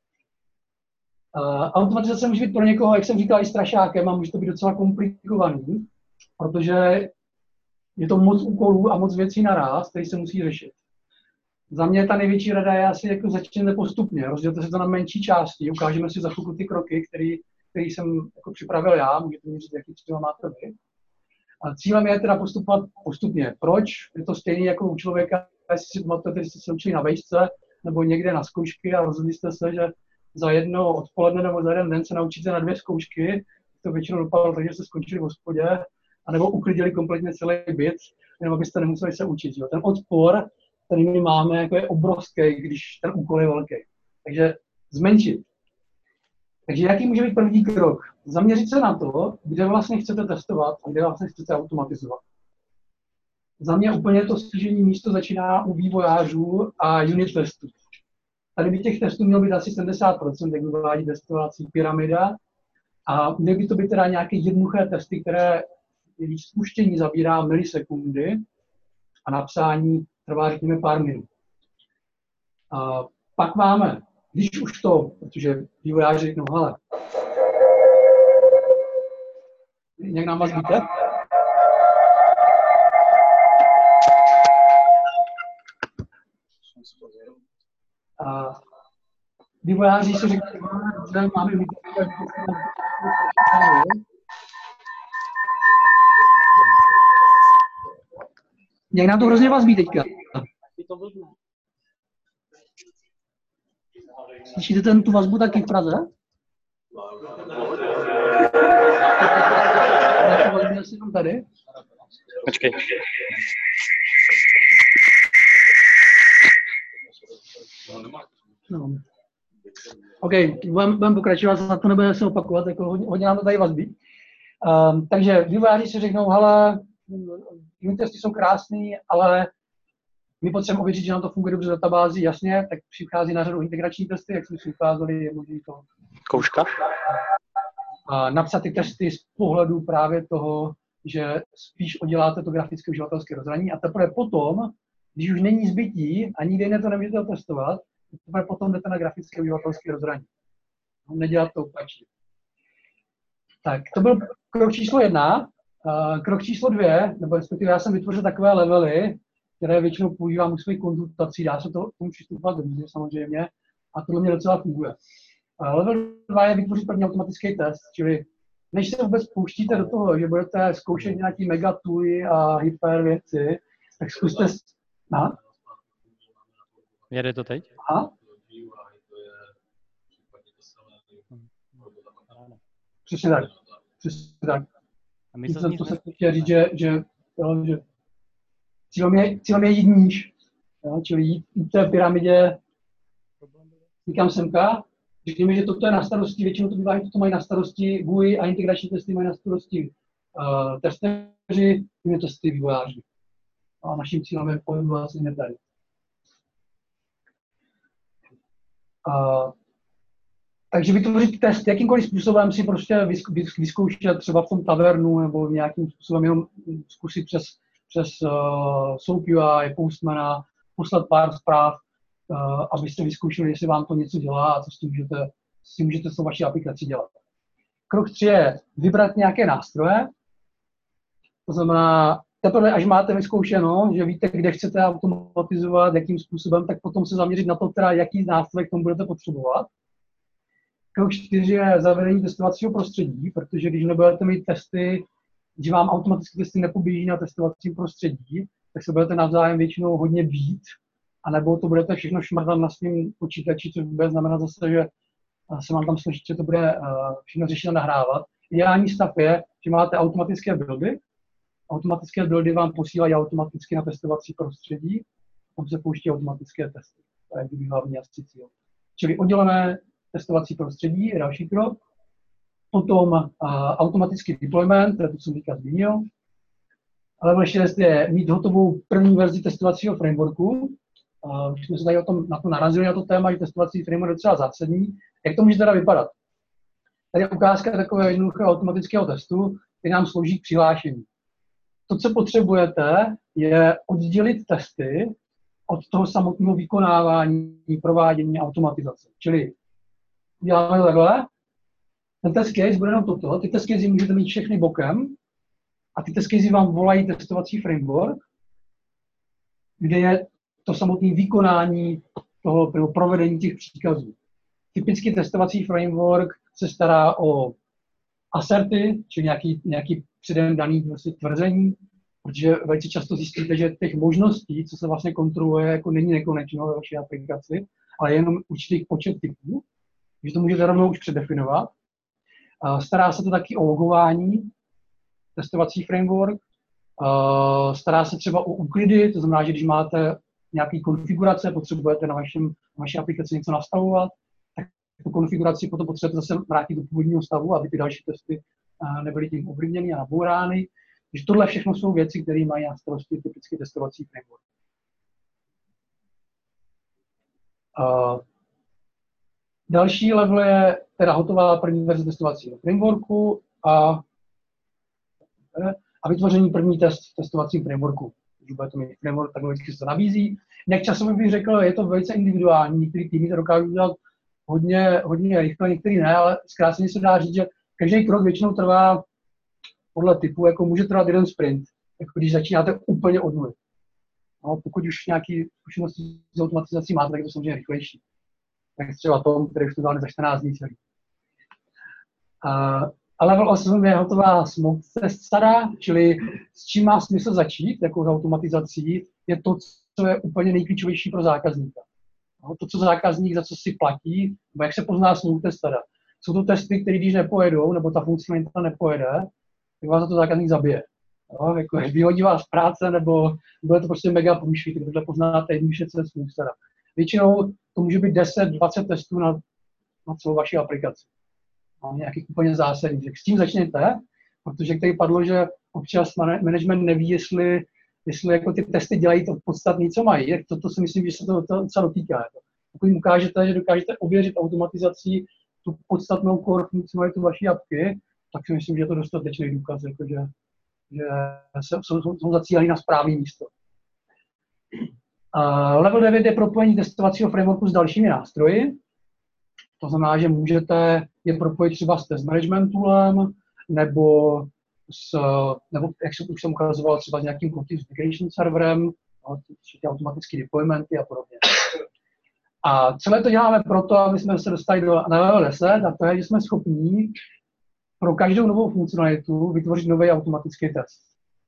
Uh, automatizace může být pro někoho, jak jsem říkal, i strašákem a může to být docela komplikovaný, protože je to moc úkolů a moc věcí naráz, které se musí řešit. Za mě ta největší rada je asi jako začněte postupně, rozdělte se to na menší části, ukážeme si za chvilku ty kroky, které jsem jako připravil já, můžete mi říct, jaký třeba máte vy. A cílem je teda postupovat postupně. Proč? Je to stejné jako u člověka, jestli si pamatujete, když jste se učili na vejšce nebo někde na zkoušky a rozhodli jste se, že za jedno odpoledne nebo za jeden den se naučíte na dvě zkoušky, to většinou dopadlo, takže jste skončili v hospodě, anebo uklidili kompletně celý byt, jenom abyste nemuseli se učit. Jo. Ten odpor, který my máme, jako je obrovský, když ten úkol je velký. Takže zmenšit. Takže jaký může být první krok? Zaměřit se na to, kde vlastně chcete testovat a kde vlastně chcete automatizovat. Za mě úplně to stížení místo začíná u vývojářů a unit testů. Tady by těch testů mělo být asi sedmdesát procent, jak uvádí testovací pyramida. A měly by to být teda nějaké jednoduché testy, které jejich spuštění zabírá milisekundy a napsání trvá, řekněme, pár minut. A pak máme, když už to, protože vývojáři řeknou, hele, nějak nám vás víte? A vývojáři si řeknou, že máme mít nějak nám to hrozně vás ví teďka. Slyšíte ten, tu vazbu taky v Praze? Tady? Počkej. No. OK, budeme budem pokračovat, za to nebude se opakovat, jako hodně, hodně nám to tady vazbí. Um, takže vývojáři si řeknou, hele, unit testy jsou krásný, ale my potřebujeme ověřit, že nám to funguje dobře v databázi, jasně, tak přichází na řadu integrační testy, jak jsme si ukázali, je možné to Kouška. A napsat ty testy z pohledu právě toho, že spíš odděláte to grafické uživatelské rozhraní a teprve potom, když už není zbytí a nikdy jiné to nemůžete testovat, teprve potom jdete na grafické uživatelské rozhraní. Nedělat to opačně. Tak, to byl krok číslo jedna. Krok číslo dvě, nebo respektive já jsem vytvořil takové levely, které většinou používám u svých konzultací, dá se to k tomu přistupovat dobře samozřejmě a tohle mě docela funguje. Level dva je vytvořit první automatický test, čili než se vůbec pouštíte do toho, že budete zkoušet nějaký megatuly a hyper věci, tak zkuste... No? Jede to teď? Aha. Přesně tak. Přesně tak. A my to, to se chtěl říct, že, že, jo, že cílem, je, cílem je jít níž. Jo, čili jít v té pyramidě někam semka. Řekněme, že toto je na starosti, většinou to bývá, to mají na starosti G U I a integrační testy mají na starosti uh, testeři, jiné testy vývojáři. A naším cílem je pohybovat se tady. Uh, takže vytvořit test jakýmkoliv způsobem si prostě vyzkoušet třeba v tom tavernu nebo nějakým způsobem jenom zkusit přes, přes uh, SoapUI, Postmana, poslat pár zpráv, uh, abyste vyzkoušeli, jestli vám to něco dělá a co s tím můžete, s tím můžete s tou vaší aplikací dělat. Krok tři je vybrat nějaké nástroje. To znamená, teprve až máte vyzkoušeno, že víte, kde chcete automatizovat, jakým způsobem, tak potom se zaměřit na to, teda, jaký nástroj k tomu budete potřebovat. Krok čtyři je zavedení testovacího prostředí, protože když nebudete mít testy, když vám automaticky testy nepoběží na testovacím prostředí, tak se budete navzájem většinou hodně bít, anebo to budete všechno šmrdat na svým počítači, což bude znamenat zase, že se vám tam složit, že to bude všechno řešit a nahrávat. Ideální stav je, že máte automatické buildy. Automatické buildy vám posílají automaticky na testovací prostředí, tam se pouští automatické testy. To je hlavní asi cíl. Čili oddělené testovací prostředí je další krok. Potom uh, automatický deployment, to je to, co jsem teďka zmínil. Level šest je mít hotovou první verzi testovacího frameworku. Uh, už jsme se tady o tom, na to narazili, na to téma, že testovací framework je docela zásadní. Jak to může teda vypadat? Tady je ukázka takového jednoduchého automatického testu, který nám slouží k přihlášení. To, co potřebujete, je oddělit testy od toho samotného vykonávání, provádění automatizace. Čili děláme to takhle. Ten test case bude jenom toto. Ty test case můžete mít všechny bokem a ty test case vám volají testovací framework, kde je to samotné vykonání toho provedení těch příkazů. Typický testovací framework se stará o aserty, čili nějaký, nějaký předem daný vlastně tvrzení, protože velice často zjistíte, že těch možností, co se vlastně kontroluje, jako není nekonečno ve vaší aplikaci, ale jenom určitých počet typů, že to můžete rovnou už předefinovat. Stará se to taky o logování, testovací framework. Stará se třeba o úklidy, to znamená, že když máte nějaké konfigurace, potřebujete na, vašem, na vaší aplikaci něco nastavovat, tak tu konfiguraci potom potřebujete zase vrátit do původního stavu, aby ty další testy nebyly tím ovlivněny a nabourány. Takže tohle všechno jsou věci, které mají na starosti typický testovací framework. Uh, další level je teda hotová první verze testovacího frameworku a, a vytvoření první test v testovacím frameworku. Když budete mít framework, tak vždycky se to nabízí. Jak časově bych řekl, je to velice individuální. Některý týmy to dokážou dělat hodně, hodně rychle, některý ne, ale zkráceně se dá říct, že každý krok většinou trvá podle typu, jako může trvat jeden sprint, jako když začínáte úplně od nuly. No, pokud už nějaké zkušenosti s automatizací máte, tak je to samozřejmě rychlejší. Tak třeba Tom, který už to dal za čtrnáct dní celý. A, a level osm je hotová smoke test sada, čili s čím má smysl začít, jako s automatizací, je to, co je úplně nejklíčovější pro zákazníka. No, to, co zákazník za co si platí, nebo jak se pozná smoke test sada. Jsou to testy, které když nepojedou, nebo ta funkcionalita nepojede, tak vás za to zákazník zabije. No, jako, vyhodí vás z práce, nebo bude to prostě mega průšvih, tak tohle poznáte jednoduše cez smoke sada. Většinou to může být deset dvacet testů na, na celou vaši aplikaci. No, nějaký úplně zásadní. S tím začněte, protože tady padlo, že občas management neví, jestli, jestli jako ty testy dělají to podstatné, co mají. Tak to, to si myslím, že se to, to docela dotýká. Pokud jim ukážete, že dokážete ověřit automatizací tu podstatnou core funkcionalitu vaší apky, tak si myslím, že je to dostatečný důkaz, jako že, že jsou, jsou, jsou zacílení na správné místo. Uh, level devět je propojení testovacího frameworku s dalšími nástroji. To znamená, že můžete je propojit třeba s test management toolem, nebo, s, nebo jak jsem už jsem ukazoval, třeba s nějakým continuous integration serverem, no, ty automatické deploymenty a podobně. A celé to děláme proto, aby jsme se dostali do, na level deset, a to je, že jsme schopní pro každou novou funkcionalitu vytvořit nový automatický test.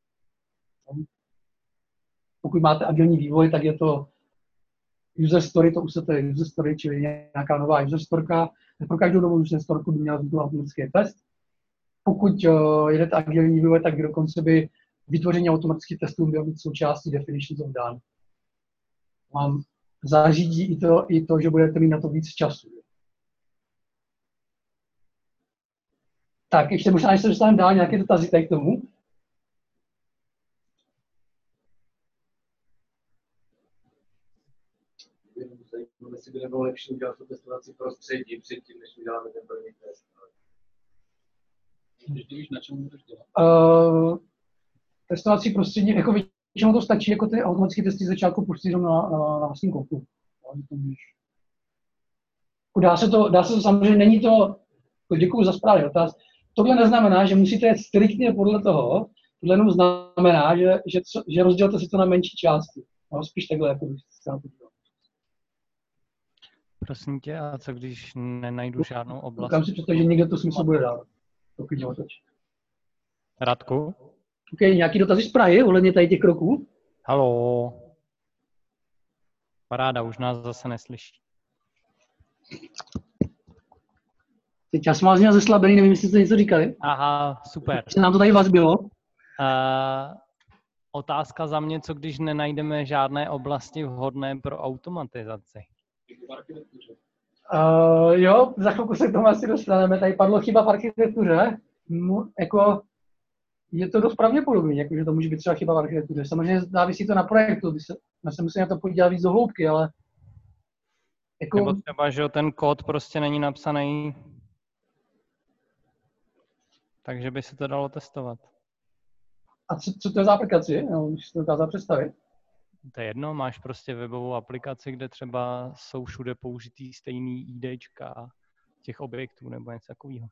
Pokud máte agilní vývoj, tak je to user story, to už se to je user story, čili nějaká nová user storka. Pro každou novou user storku by měl být automatický test. Pokud uh, jedete agilní vývoj, tak dokonce by vytvoření automatických testů mělo být součástí definitions of done. Vám zařídí i to, i to, že budete mít na to víc času. Tak, ještě možná, než se dostaneme dál, nějaké dotazy tady k tomu. Jestli by nebylo lepší udělat to testovací prostředí předtím, než uděláme ten první test. Když víš, na čem můžeš dělat? Uh, testovací prostředí, jako většinou to stačí, jako ty automatické testy z začátku pustit na, na, na vlastním kódu. Dá se to, dá se to samozřejmě, není to, děkuji za správný dotaz, tohle neznamená, že musíte jít striktně podle toho, tohle jenom znamená, že, že, že rozdělte si to na menší části. No, spíš takhle, jako bych se na to dělal. Prosím tě, a co když nenajdu žádnou oblast? Kam si představit, že někdo to smysl bude dát, pokud dělat toč. Radku? OK, nějaký dotazy z Prahy ohledně tady těch kroků? Haló. Paráda, už nás zase neslyší. Teď já jsem vás měl zeslabený, nevím, jestli jste něco říkali. Aha, super. Se nám to tady vazbilo. Uh, otázka za mě, co když nenajdeme žádné oblasti vhodné pro automatizaci? Uh, jo, za chvilku se k tomu asi dostaneme. Tady padlo chyba v architektuře. No, jako, je to dost pravděpodobný, jako, že to může být třeba chyba v architektuře. Samozřejmě závisí to na projektu, my se, my se musíme na to podívat víc do hloubky, ale... Jako... Nebo třeba, že ten kód prostě není napsaný, takže by se to dalo testovat. A co, co to je za aplikaci? No, můžeš si to dokázat představit. To je jedno, máš prostě webovou aplikaci, kde třeba jsou všude použitý stejný IDčka těch objektů nebo něco takového.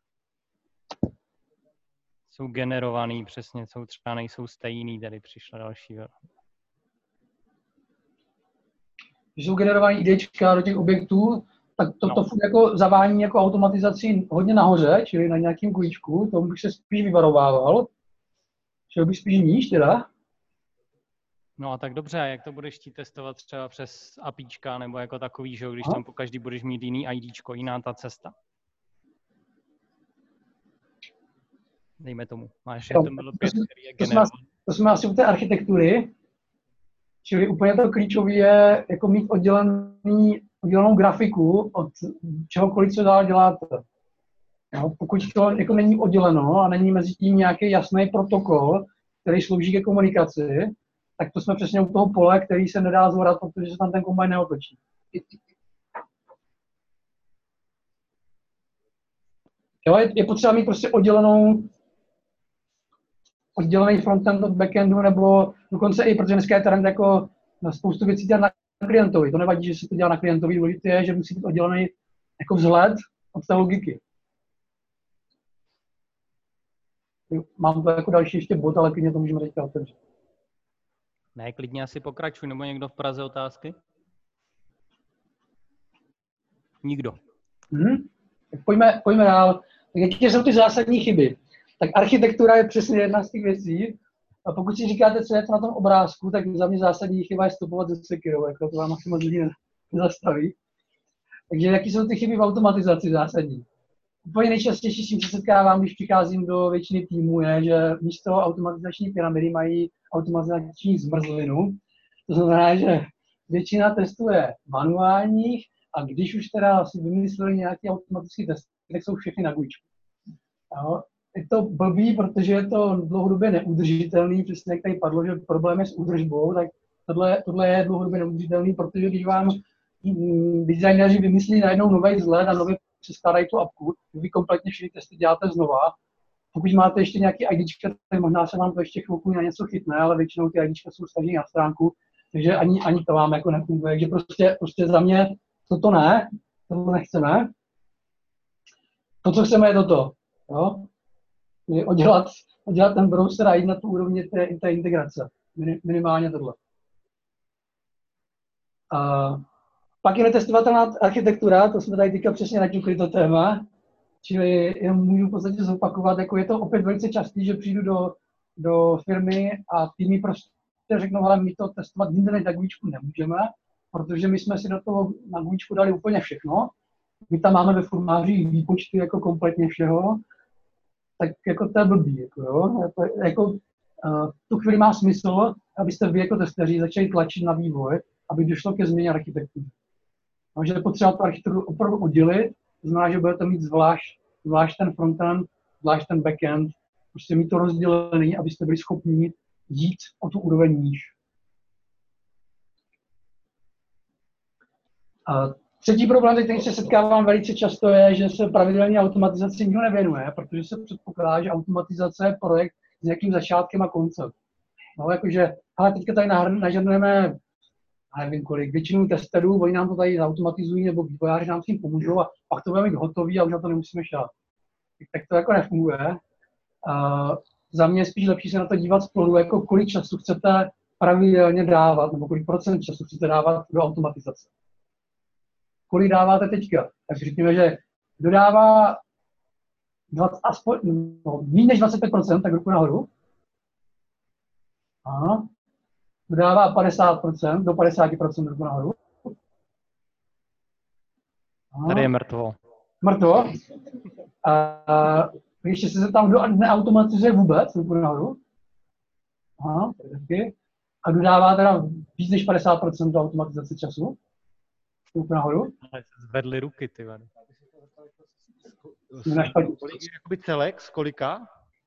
Jsou generovaný přesně, jsou třeba nejsou stejný, tady přišla další. Když jsou generovaný IDčka do těch objektů, tak to, no. to jako zavání jako automatizaci hodně nahoře, čili na nějakým klíčku, tomu bych se spíš vyvarovával. Šel bych spíš níž teda. No a tak dobře, a jak to budeš chtít testovat třeba přes APIčka nebo jako takový, že když Aha. tam po každý budeš mít jiný IDčko, jiná ta cesta? Dejme tomu. Máš H T M L pět, který je generovaný. To jsme asi u té architektury, čili úplně to klíčové je jako mít oddělený, oddělenou grafiku od čehokoliv, co dál děláte. No, pokud to jako není odděleno a není mezi tím nějaký jasný protokol, který slouží ke komunikaci, tak to jsme přesně u toho pole, který se nedá zvorat, protože se tam ten kombajn neotočí. Jo, je, je potřeba mít prostě oddělenou, oddělený frontend od backendu, nebo dokonce i, protože dneska je trend jako na spoustu věcí dělat na klientovi. To nevadí, že se to dělá na klientovi, důležité je, že musí být oddělený jako vzhled od té logiky. Mám to jako další ještě bod, ale klidně to můžeme teďka otevřít. Ne, klidně asi pokračuj, nebo někdo v Praze otázky? Nikdo. Hmm. Tak pojďme, pojďme dál. Tak jaké jsou ty zásadní chyby? Tak architektura je přesně jedna z těch věcí. A pokud si říkáte, co je to na tom obrázku, tak za mě zásadní chyba je stopovat ze sekirou, jako to vám asi moc lidí nezastaví. Takže jaké jsou ty chyby v automatizaci zásadní? Úplně nejčastější s tím se setkávám, když přicházím do většiny týmů, je, že místo automatizační pyramidy mají automatizační zmrzlinu. To znamená, že většina testů je manuálních a když už teda si vymysleli nějaký automatický test, tak jsou všechny na gůjčku. Je to blbý, protože je to dlouhodobě neudržitelný, přesně jak tady padlo, že problém je s údržbou, tak tohle, tohle je dlouhodobě neudržitelný, protože když vám designéři vymyslí najednou nový vzhled a nově přeskládají tu apku, vy kompletně všechny testy děláte znova. Pokud máte ještě nějaký IDčka, tak možná se vám to ještě chvilku na něco chytne, ale většinou ty IDčka jsou stažené na stránku, takže ani, ani to vám jako nefunguje. Takže prostě, prostě za mě toto ne, toto nechceme. To, co chceme, je toto. Jo? Je oddělat, oddělat ten browser a jít na tu úrovni té, té integrace. Minimálně tohle. Uh, Pak je netestovatelná architektura, to jsme tady teďka přesně naťukli to téma. Čili jenom můžu v podstatě zopakovat, jako je to opět velice častý, že přijdu do, do firmy a ty mi prostě řeknou, ale my to testovat v internet na Google nemůžeme, protože my jsme si do toho na Google dali úplně všechno. My tam máme ve formuláři výpočty jako kompletně všeho, tak jako to je blbý. Jako, jo? Jako, jako, uh, v tu chvíli má smysl, abyste vy jako testeři začali tlačit na vývoj, aby došlo ke změně architektury. Takže je potřeba tu architekturu opravdu oddělit, to znamená, že budete mít zvlášť, zvlášť ten frontend, zvlášť ten backend, prostě mít to rozdělený, abyste byli schopni jít o tu úroveň níž. A třetí problém, se kterým se setkávám velice často, je, že se pravidelně automatizaci nikdo nevěnuje, protože se předpokládá, že automatizace je projekt s nějakým začátkem a koncem. No, jakože, ale teďka tady nažadujeme, nevím kolik, většinu testerů, oni nám to tady automatizují, nebo vývojáři nám s tím pomůžou a pak to budeme mít hotový a už na to nemusíme šát. Tak to jako nefunguje. Uh, za mě je spíš lepší se na to dívat spolu, jako kolik času chcete pravidelně dávat, nebo kolik procent času chcete dávat do automatizace. Kolik dáváte teďka? Tak řekněme, že dodává dvacet, aspoň, no, méně než dvacet pět procent, tak ruku nahoru. Aha. Dodává padesát procent, do padesát procent ruku nahoru. Aha. Tady je mrtvo. Mrtvo. A, a ještě se tam do, neautomatizuje vůbec, ruku nahoru. Aha, taky. A dodává teda víc než padesát procent do automatizace času. Ruku nahoru. Zvedly ruky, ty vady. Jakoby celek, z kolika?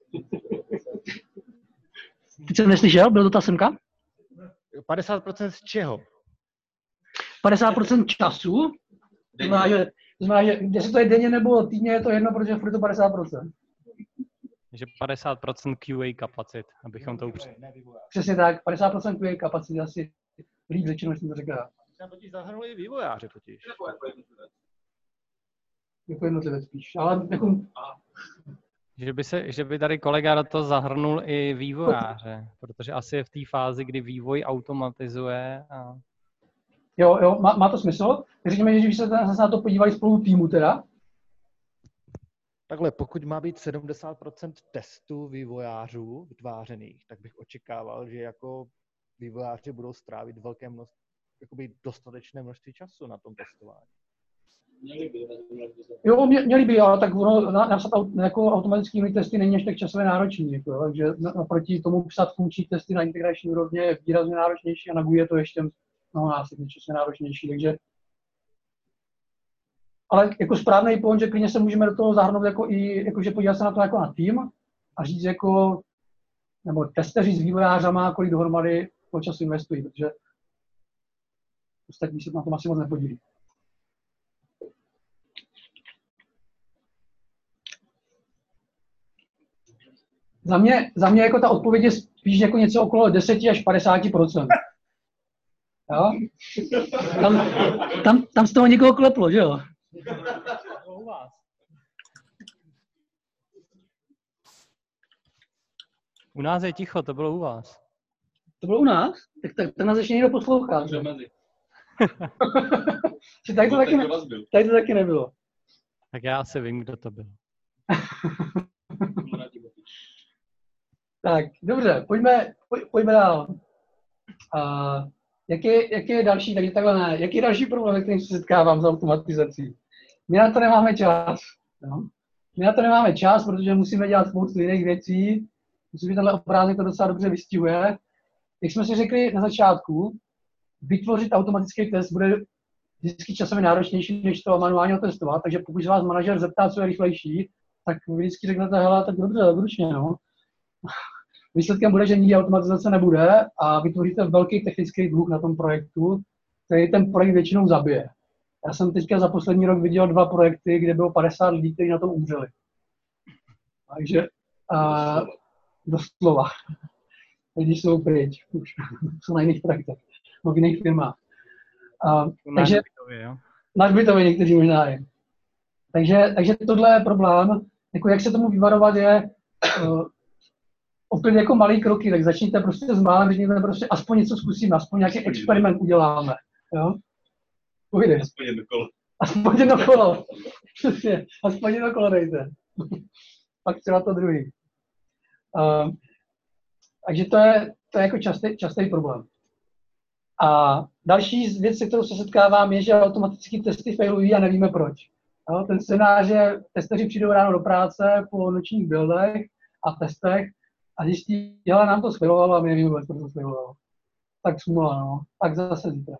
Teď jsem neslyšel, byl to ta semka? padesát procent z čeho? padesát procent času? To znamená, že, to znamená, že jestli to je denně nebo týdně, je to jedno, protože furt je to padesát procent. Že padesát procent Q A kapacit, abychom to upřeli. Přesně tak, padesát procent Q A kapacit asi líp řečeno, než jsem to řekl. Tam totiž zahrnuli vývojáře totiž. Jako jednotlivec spíš, ale jako... Že by, se, že by tady kolega do toho zahrnul i vývojáře, protože asi je v té fázi, kdy vývoj automatizuje. A... Jo, jo, má, má to smysl. Řekněme, že když se na to podívali spolu týmu teda. Takhle, pokud má být sedmdesát procent testů vývojářů vytvářených, tak bych očekával, že jako vývojáři budou strávit velké množství, jakoby dostatečné množství času na tom testování. Měli by. Jo, mě, měli by, ale tak ono, napsat jako automatický unit testy není až tak časově náročný. Jako, takže naproti tomu psat funkční testy na integrační úrovně je výrazně náročnější a na G U I je to ještě no, násobně časově náročnější. Takže... Ale jako správný point, že klidně se můžeme do toho zahrnout jako i, jako, že podívat se na to jako na tým a říct jako, nebo testeři s vývojářama, kolik dohromady toho času investují, protože ostatní se na tom asi moc nepodílí. Za mě, za mě jako ta odpověď je spíš jako něco okolo deset až padesát procent. Jo? Tam, tam, tam z toho někoho kleplo, že jo? U nás je ticho, to bylo u vás. To bylo u nás? Tak, tak, tak nás ještě někdo poslouchá. tady, to taky ne, tady to taky nebylo. Tak já asi vím, kdo to byl. Tak, dobře, pojďme, poj, pojďme dál. Uh, jaký, jaký je další, takže takhle ne, jaký je další problém, kterým se setkávám s automatizací? My na to nemáme čas. No? My na to nemáme čas, protože musíme dělat spoustu jiných věcí. Myslím, že tenhle obrázek to docela dobře vystihuje. Jak jsme si řekli na začátku, vytvořit automatický test bude vždycky časově náročnější, než to manuálně testovat, takže pokud se vás manažer zeptá, co je rychlejší, tak vy vždycky řeknete, hele, tak dobře, ručně, no. Výsledkem bude, že nikdy automatizace nebude a vytvoříte velký technický dluh na tom projektu, který ten projekt většinou zabije. Já jsem teďka za poslední rok viděl dva projekty, kde bylo padesát lidí, kteří na tom umřeli. Takže a, doslova. Lidi jsou pryč, už jsou na jiných projektech, no v jiných firmách. A, takže náš bytově někteří možná je. Takže, takže tohle je problém. Jako jak se tomu vyvarovat je uh, opět jako malý kroky, tak začněte prostě s málem, řekněte prostě aspoň něco zkusíme, aspoň nějaký experiment uděláme. Jo? Pojde. Aspoň jedno kolo. Aspoň jedno kolo. Přesně, aspoň to kolo dejte. Pak třeba to druhý. Um, takže to je, to je jako častý, častý problém. A další věc, se kterou se setkávám, je, že automatické testy failují a nevíme proč. Jo, ten scénář, že testeři přijdou ráno do práce po nočních buildech a testech a zjistí, že nám to sfailovalo a my nevíme vůbec, proč to sfailovalo. Tak smůla, no. Tak zase zítra.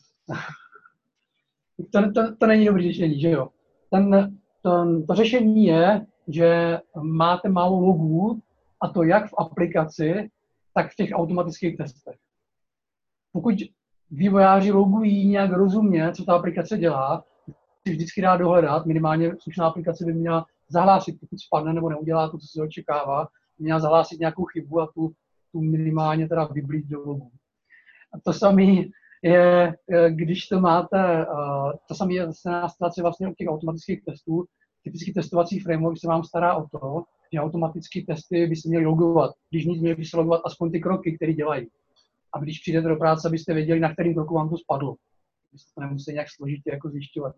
to, to, to není dobré řešení, že jo. Ten, ten, to řešení je, že máte málo logů, a to jak v aplikaci, tak v těch automatických testech. Pokud vývojáři logují nějak rozumně, co ta aplikace dělá, si vždycky dá dohledat, minimálně slušná aplikace by měla zahlásit, pokud spadne nebo neudělá to, co se očekává, měla zahlásit nějakou chybu a tu, tu minimálně teda vyblít do logu. A to samé je, když to máte, to samé je stejná situace vlastně u těch automatických testů. Typický testovací framework se vám stará o to, že automatické testy by se měly logovat. Když nic, měly by se logovat aspoň ty kroky, které dělají. A když přijdete do práce, abyste věděli, na kterým kroku vám to spadlo. Abyste to nemuseli nějak složitě jako zjišťovat.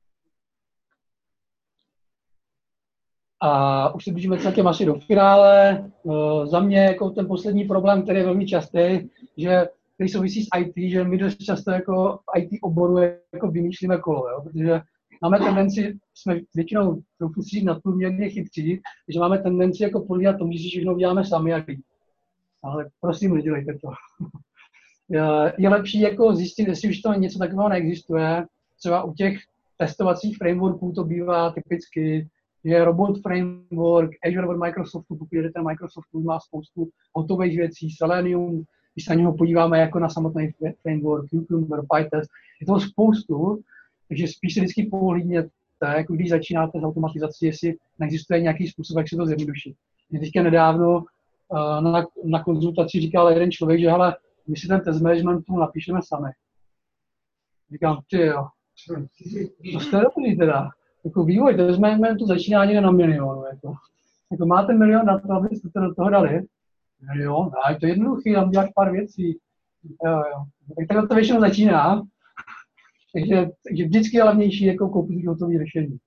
A už se blížíme celkem asi do finále. Za mě jako ten poslední problém, který je velmi častý, že který souvisí s í té, že my dost často jako v í té oboru jako vymýšlíme kolo, jo? Protože máme tendenci, jsme většinou trochu si nadprůměrně chytří, že máme tendenci jako podívat tomu, že všechno děláme sami a líp. Ale prosím, nedělejte to. Je lepší jako zjistit, jestli už to něco takového neexistuje. Třeba u těch testovacích frameworků to bývá typicky, že Robot Framework, Azure od Microsoftu, pokud jdete na Microsoftu, má spoustu hotových věcí, Selenium, když se na něho podíváme jako na samotný framework, Cucumber, PyTest, je toho spoustu, takže spíš se vždycky pohlídněte, jako když začínáte s automatizací, jestli neexistuje nějaký způsob, jak se to zjednodušit. Mě teďka nedávno uh, na, na konzultaci říkal jeden člověk, že hele, my si ten test managementu napíšeme sami. Říkám, ty jo, to jste dobrý teda. Jako vývoj test managementu začíná někde na milion. Jako. Jako máte milion na to, abyste to do toho dali. Jo, no, to je jednoduchý, tam děláš pár věcí. Jo, jo. Tak takhle to většinou začíná. Takže, takže vždycky je hlavnější jako koupit hotové řešení.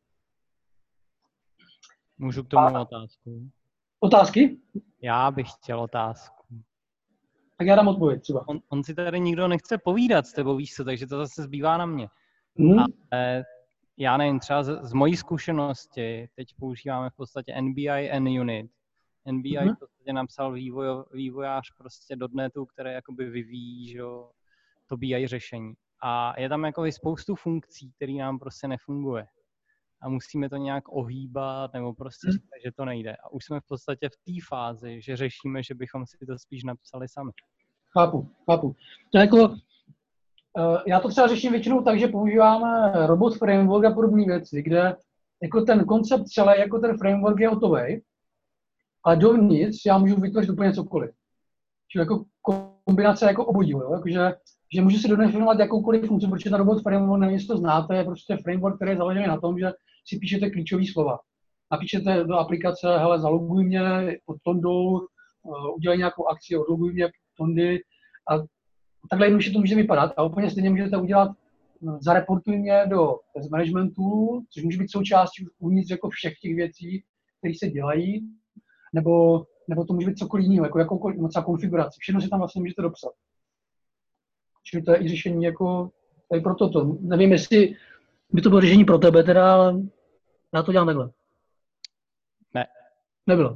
Můžu k tomu A... otázku? Otázky? Já bych chtěl otázku. Tak já dám odpověď třeba. On, on si tady nikdo nechce povídat s tebou, víš co, takže to zase zbývá na mě. Hmm? Ale já nevím, třeba z, z mojí zkušenosti, teď používáme v podstatě N B I N-Unit. N B I hmm? v podstatě napsal vývoj, vývojář prostě do dnetu, které jakoby vyvíjí, že, to B I řešení. A je tam jakoby spoustu funkcí, které nám prostě nefunguje. A musíme to nějak ohýbat, nebo prostě hmm. říkat, že to nejde. A už jsme v podstatě v té fázi, že řešíme, že bychom si to spíš napsali sami. Chápu, chápu. To jako, já to třeba řeším většinou tak, že používáme Robot Framework a podobné věci, kde jako ten koncept celé, jako ten framework je hotový, ale dovnitř já můžu vytvořit úplně cokoliv. Čili jako kombinace jako obojího, jo? Jakože, že můžu si dodefinovat jakoukoliv funkci, protože ten Robot Framework, nevím, jestli to znáte, je prostě framework, který je založený na tom, že si píšete klíčové slova. Napíšete do aplikace, hele, zaloguj mě pod Tondou, uh, udělej nějakou akci, odloguj mě pod Tondy a takhle jednoduše to může vypadat a úplně stejně můžete udělat, uh, zareportuj mě do test managementu, což může být součástí uvnitř jako všech těch věcí, které se dělají, nebo, nebo to může být cokoliv jiného, jako jakoukoliv třeba konfiguraci. Všechno si tam vlastně můžete dopsat. Čili to je i řešení jako tady pro toto. Nevím, jestli by to bylo řešení pro tebe teda, ale já to dělám takhle. Ne. Nebylo.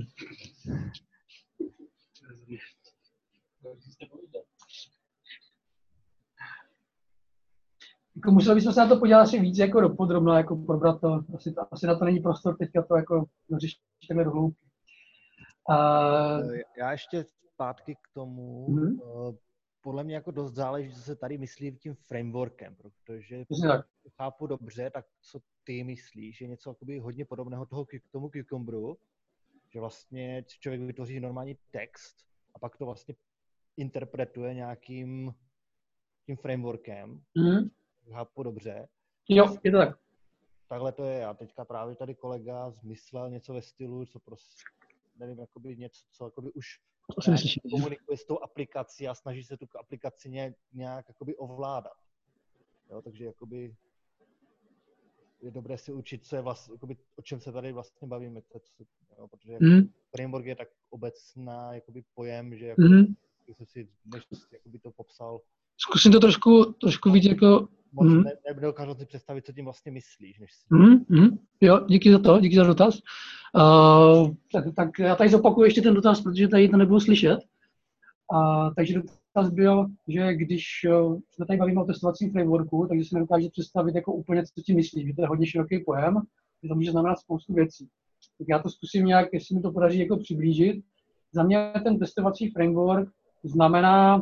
Jako museli bychom se na to podívat asi víc jako dopodrobna, jako probrat to. Asi, to, asi na to není prostor teďka to jako řešit takhle do hloubky. Uh, Já ještě zpátky k tomu. Mm-hmm. Podle mě jako dost záleží, co se tady myslí tím frameworkem, protože tak. chápu dobře, tak co ty myslíš, je něco jakoby hodně podobného toho, k tomu Cucumberu, že vlastně člověk vytvoří normální text a pak to vlastně interpretuje nějakým tím frameworkem. Mm-hmm. Chápu dobře. Jo, je to tak. Takhle to je. A teďka právě tady kolega zmyslel něco ve stylu, co prostě, nevím, jakoby něco, co jakoby už komunikuje s tou aplikací a snaží se tu aplikaci nějak, nějak jakoby ovládat. Jo, takže jakoby je dobré si učit, co je vlastně, jakoby, o čem se tady vlastně bavíme, to, jo, protože Mm. framework je tak obecná jakoby, pojem, že jako, Mm. si, než jakoby, to popsal. Zkusím to trošku, trošku víc jako... Moc Mm. ne, nedokážu si představit, co tím vlastně myslíš. Než si... Mm. Mm. Jo, díky za to, díky za dotaz. Uh, tak, tak já tady zopakuju ještě ten dotaz, protože tady to nebylo slyšet. Uh, takže dotaz byl, že když uh, se tady bavíme o testovacím frameworku, takže si nedokážete představit jako úplně, co tím myslí, že to je hodně široký pojem, že to může znamenat spoustu věcí. Tak já to zkusím nějak, jestli mi to podaří jako přiblížit. Za mě ten testovací framework znamená,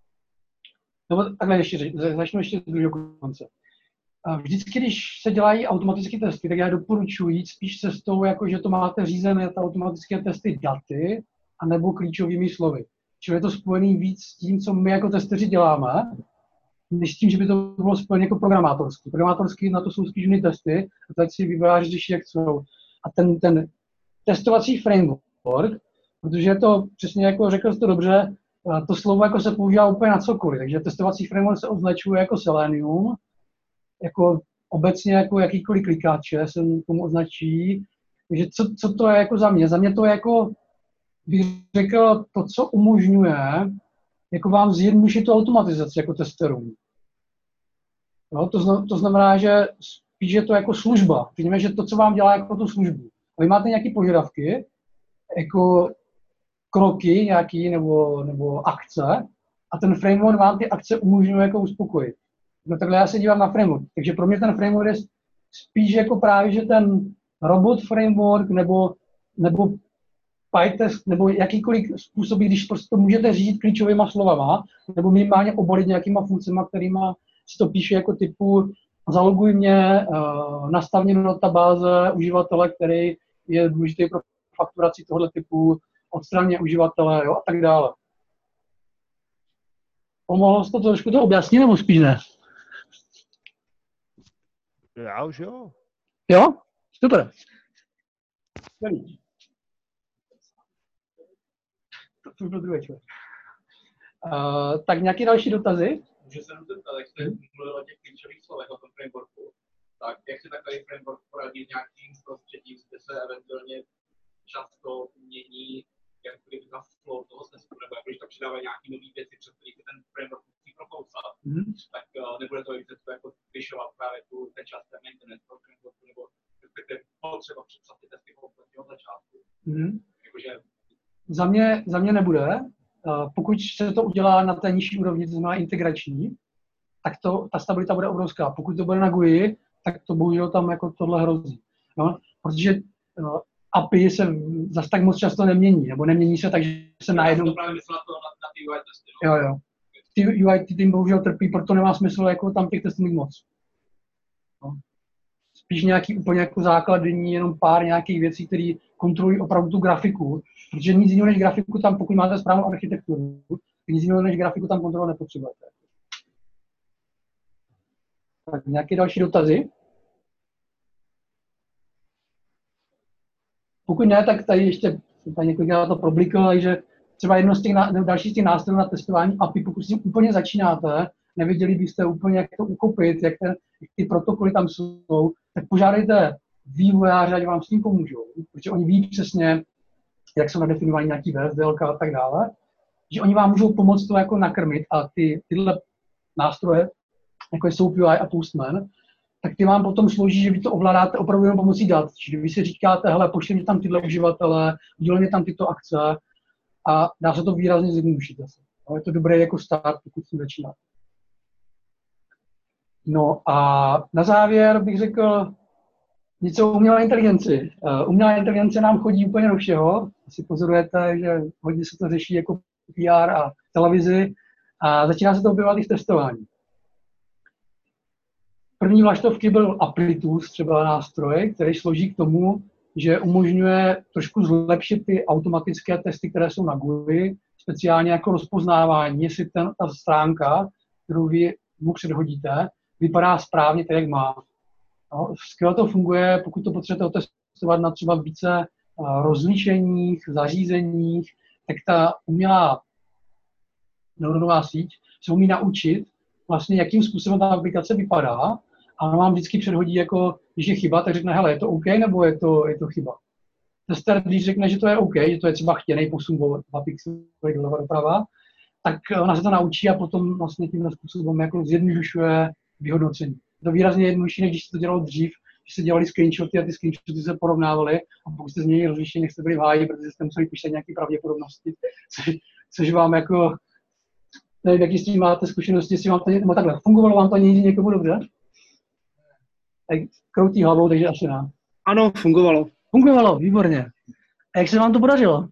nebo takhle ještě, začnu ještě z druhého konce. Vždycky, když se dělají automatické testy, tak já doporučuji jít spíš cestou, jako že to máte řízené ty automatické testy daty, anebo klíčovými slovy. Čili je to spojený víc s tím, co my jako testeři děláme, než s tím, že by to bylo spojené jako programátorský. Programátorský na to jsou spíš unit testy, a teď si vývojáři řeší, jak jsou. A ten, ten testovací framework, protože je to přesně jako řekl jsi to dobře, to slovo jako se používá úplně na cokoliv. Takže testovací framework se označuje jako Selenium, jako obecně jako jakýkoliv klikáče se tomu označí. Takže co, co to je jako za mě? Za mě to je jako, bych řekl, to, co umožňuje jako vám zjednodušit tu automatizaci jako testerům. No, to, zna, to znamená, že spíš je to jako služba. Vidíme, že to, co vám dělá jako tu službu. A vy máte nějaké požadavky, jako kroky nějaký nebo, nebo akce, a ten framework vám ty akce umožňuje jako uspokojit. No takhle já se dívám na framework. Takže pro mě ten framework je spíš jako právě, že ten robot framework nebo, nebo PyTest nebo jakýkoliv způsoby, když prostě to můžete řídit klíčovýma slovama, nebo minimálně obolit nějakýma funkcemi, kterýma si to píše jako typu zaloguj mě, uh, nastav mě do databáze uživatele, který je důležitý pro fakturaci tohoto typu, odstran mě uživatele, jo, a tak dále. Pomohlo jsi to trošku to objasnit, nebo spíš ne? Já už jo. Jo? Super. Skvělý. To už byl druhý člověk. Uh, tak nějaké další dotazy? Můžu se nám zeptat, jak jste mluvil o těch klíčových slovech o tom frameworku, tak jak si takový framework poradí nějakým prostředím, kde se eventuálně často mění jakkoliv na flow toho testu, nebo jak když tam přidávají nějaké nové věci, přes které ten framework musí prokousat, mm. tak uh, nebude to více jako zvyšovat právě tu, ten čas té maintenance toho frameworku, nebo respektive potřeba přepsat ty testy od začátku. Mm. Jakože... Za mě, za mě nebude. Pokud se to udělá na té nižší úrovni, to znamená integrační, tak to, ta stabilita bude obrovská. Pokud to bude na G U I, tak to bohužel tam jako tohle hrozí. No, protože no, A P I se zase tak moc často nemění, nebo nemění se tak, že se najednou... Já to právě myslel na, na ty U I testy. No? Jo, jo. Ty U I tím bohužel trpí, proto nemá smysl jako tam těch testů mít moc. No. Spíš nějaký úplně jako základní, jenom pár nějakých věcí, které kontrolují opravdu tu grafiku, protože nic jiného než grafiku tam, pokud máte správnou architekturu, nic jiného než grafiku tam kontrolovat nepotřebujete. Tak nějaké další dotazy? Pokud ne, tak tady ještě tady několikrát to problikl, takže třeba jedno z těch dalších z těch nástrojů na testování A P I, pokud s tím úplně začínáte, nevěděli byste úplně, jak to uchopit, jak, ten, jak ty protokoly tam jsou, tak požádejte vývojáře, ať vám s tím pomůžou, protože oni ví přesně, jak jsou nadefinovaní nějaký V S D L K a tak dále, že oni vám můžou pomoct to jako nakrmit a ty, tyhle nástroje, jako je SoapUI a Postman, tak ty vám potom slouží, že vy to ovládáte opravdu jenom pomocí dat. Čili vy si říkáte, hele, pošli mi tam tyhle uživatele, udělej mi tam tyto akce a dá se to výrazně zjednodušit zase. Ale je to dobré jako start, pokud s tím začínáte. No a na závěr bych řekl něco o umělé inteligenci. Uh, umělá inteligence nám chodí úplně do všeho. Asi pozorujete, že hodně se to řeší jako P R a televizi a začíná se to objevovat i v testování. První vlaštovky byl Amplitude, třeba nástroj, který slouží k tomu, že umožňuje trošku zlepšit ty automatické testy, které jsou na G U I, speciálně jako rozpoznávání, jestli ten, ta stránka, kterou vy mu předhodíte, vypadá správně tak, jak má. No, skvěle to funguje, pokud to potřebujete otestovat na třeba více uh, rozlišeních, zařízeních, tak ta umělá neuronová síť se umí naučit, vlastně, jakým způsobem ta aplikace vypadá A on vám vždycky předhodí, jako, když je chyba, tak řekne, hele, je to OK, nebo je to, je to chyba. Tester, když řekne, že to je OK, že to je třeba chtěný posun o dva pixely doleva doprava, tak ona se to naučí a potom vlastně tímhle způsobem jako zjednodušuje vyhodnocení. To výrazně jednodušší, než když se to dělalo dřív, když se dělali screenshoty a ty screenshoty se porovnávaly a pokud jste změnili rozlišení, jak jste byli v háji, protože jste museli píšet nějaké pravděpodobnosti, což, což vám jako, nevím, jaký s tím máte zkušenosti, jestli vám to nebo takhle, fungovalo vám to někdy někomu dobře? Tak kroutí hlavou, takže asi ne. Ano, fungovalo. Fungovalo, výborně. A jak se vám to podařilo?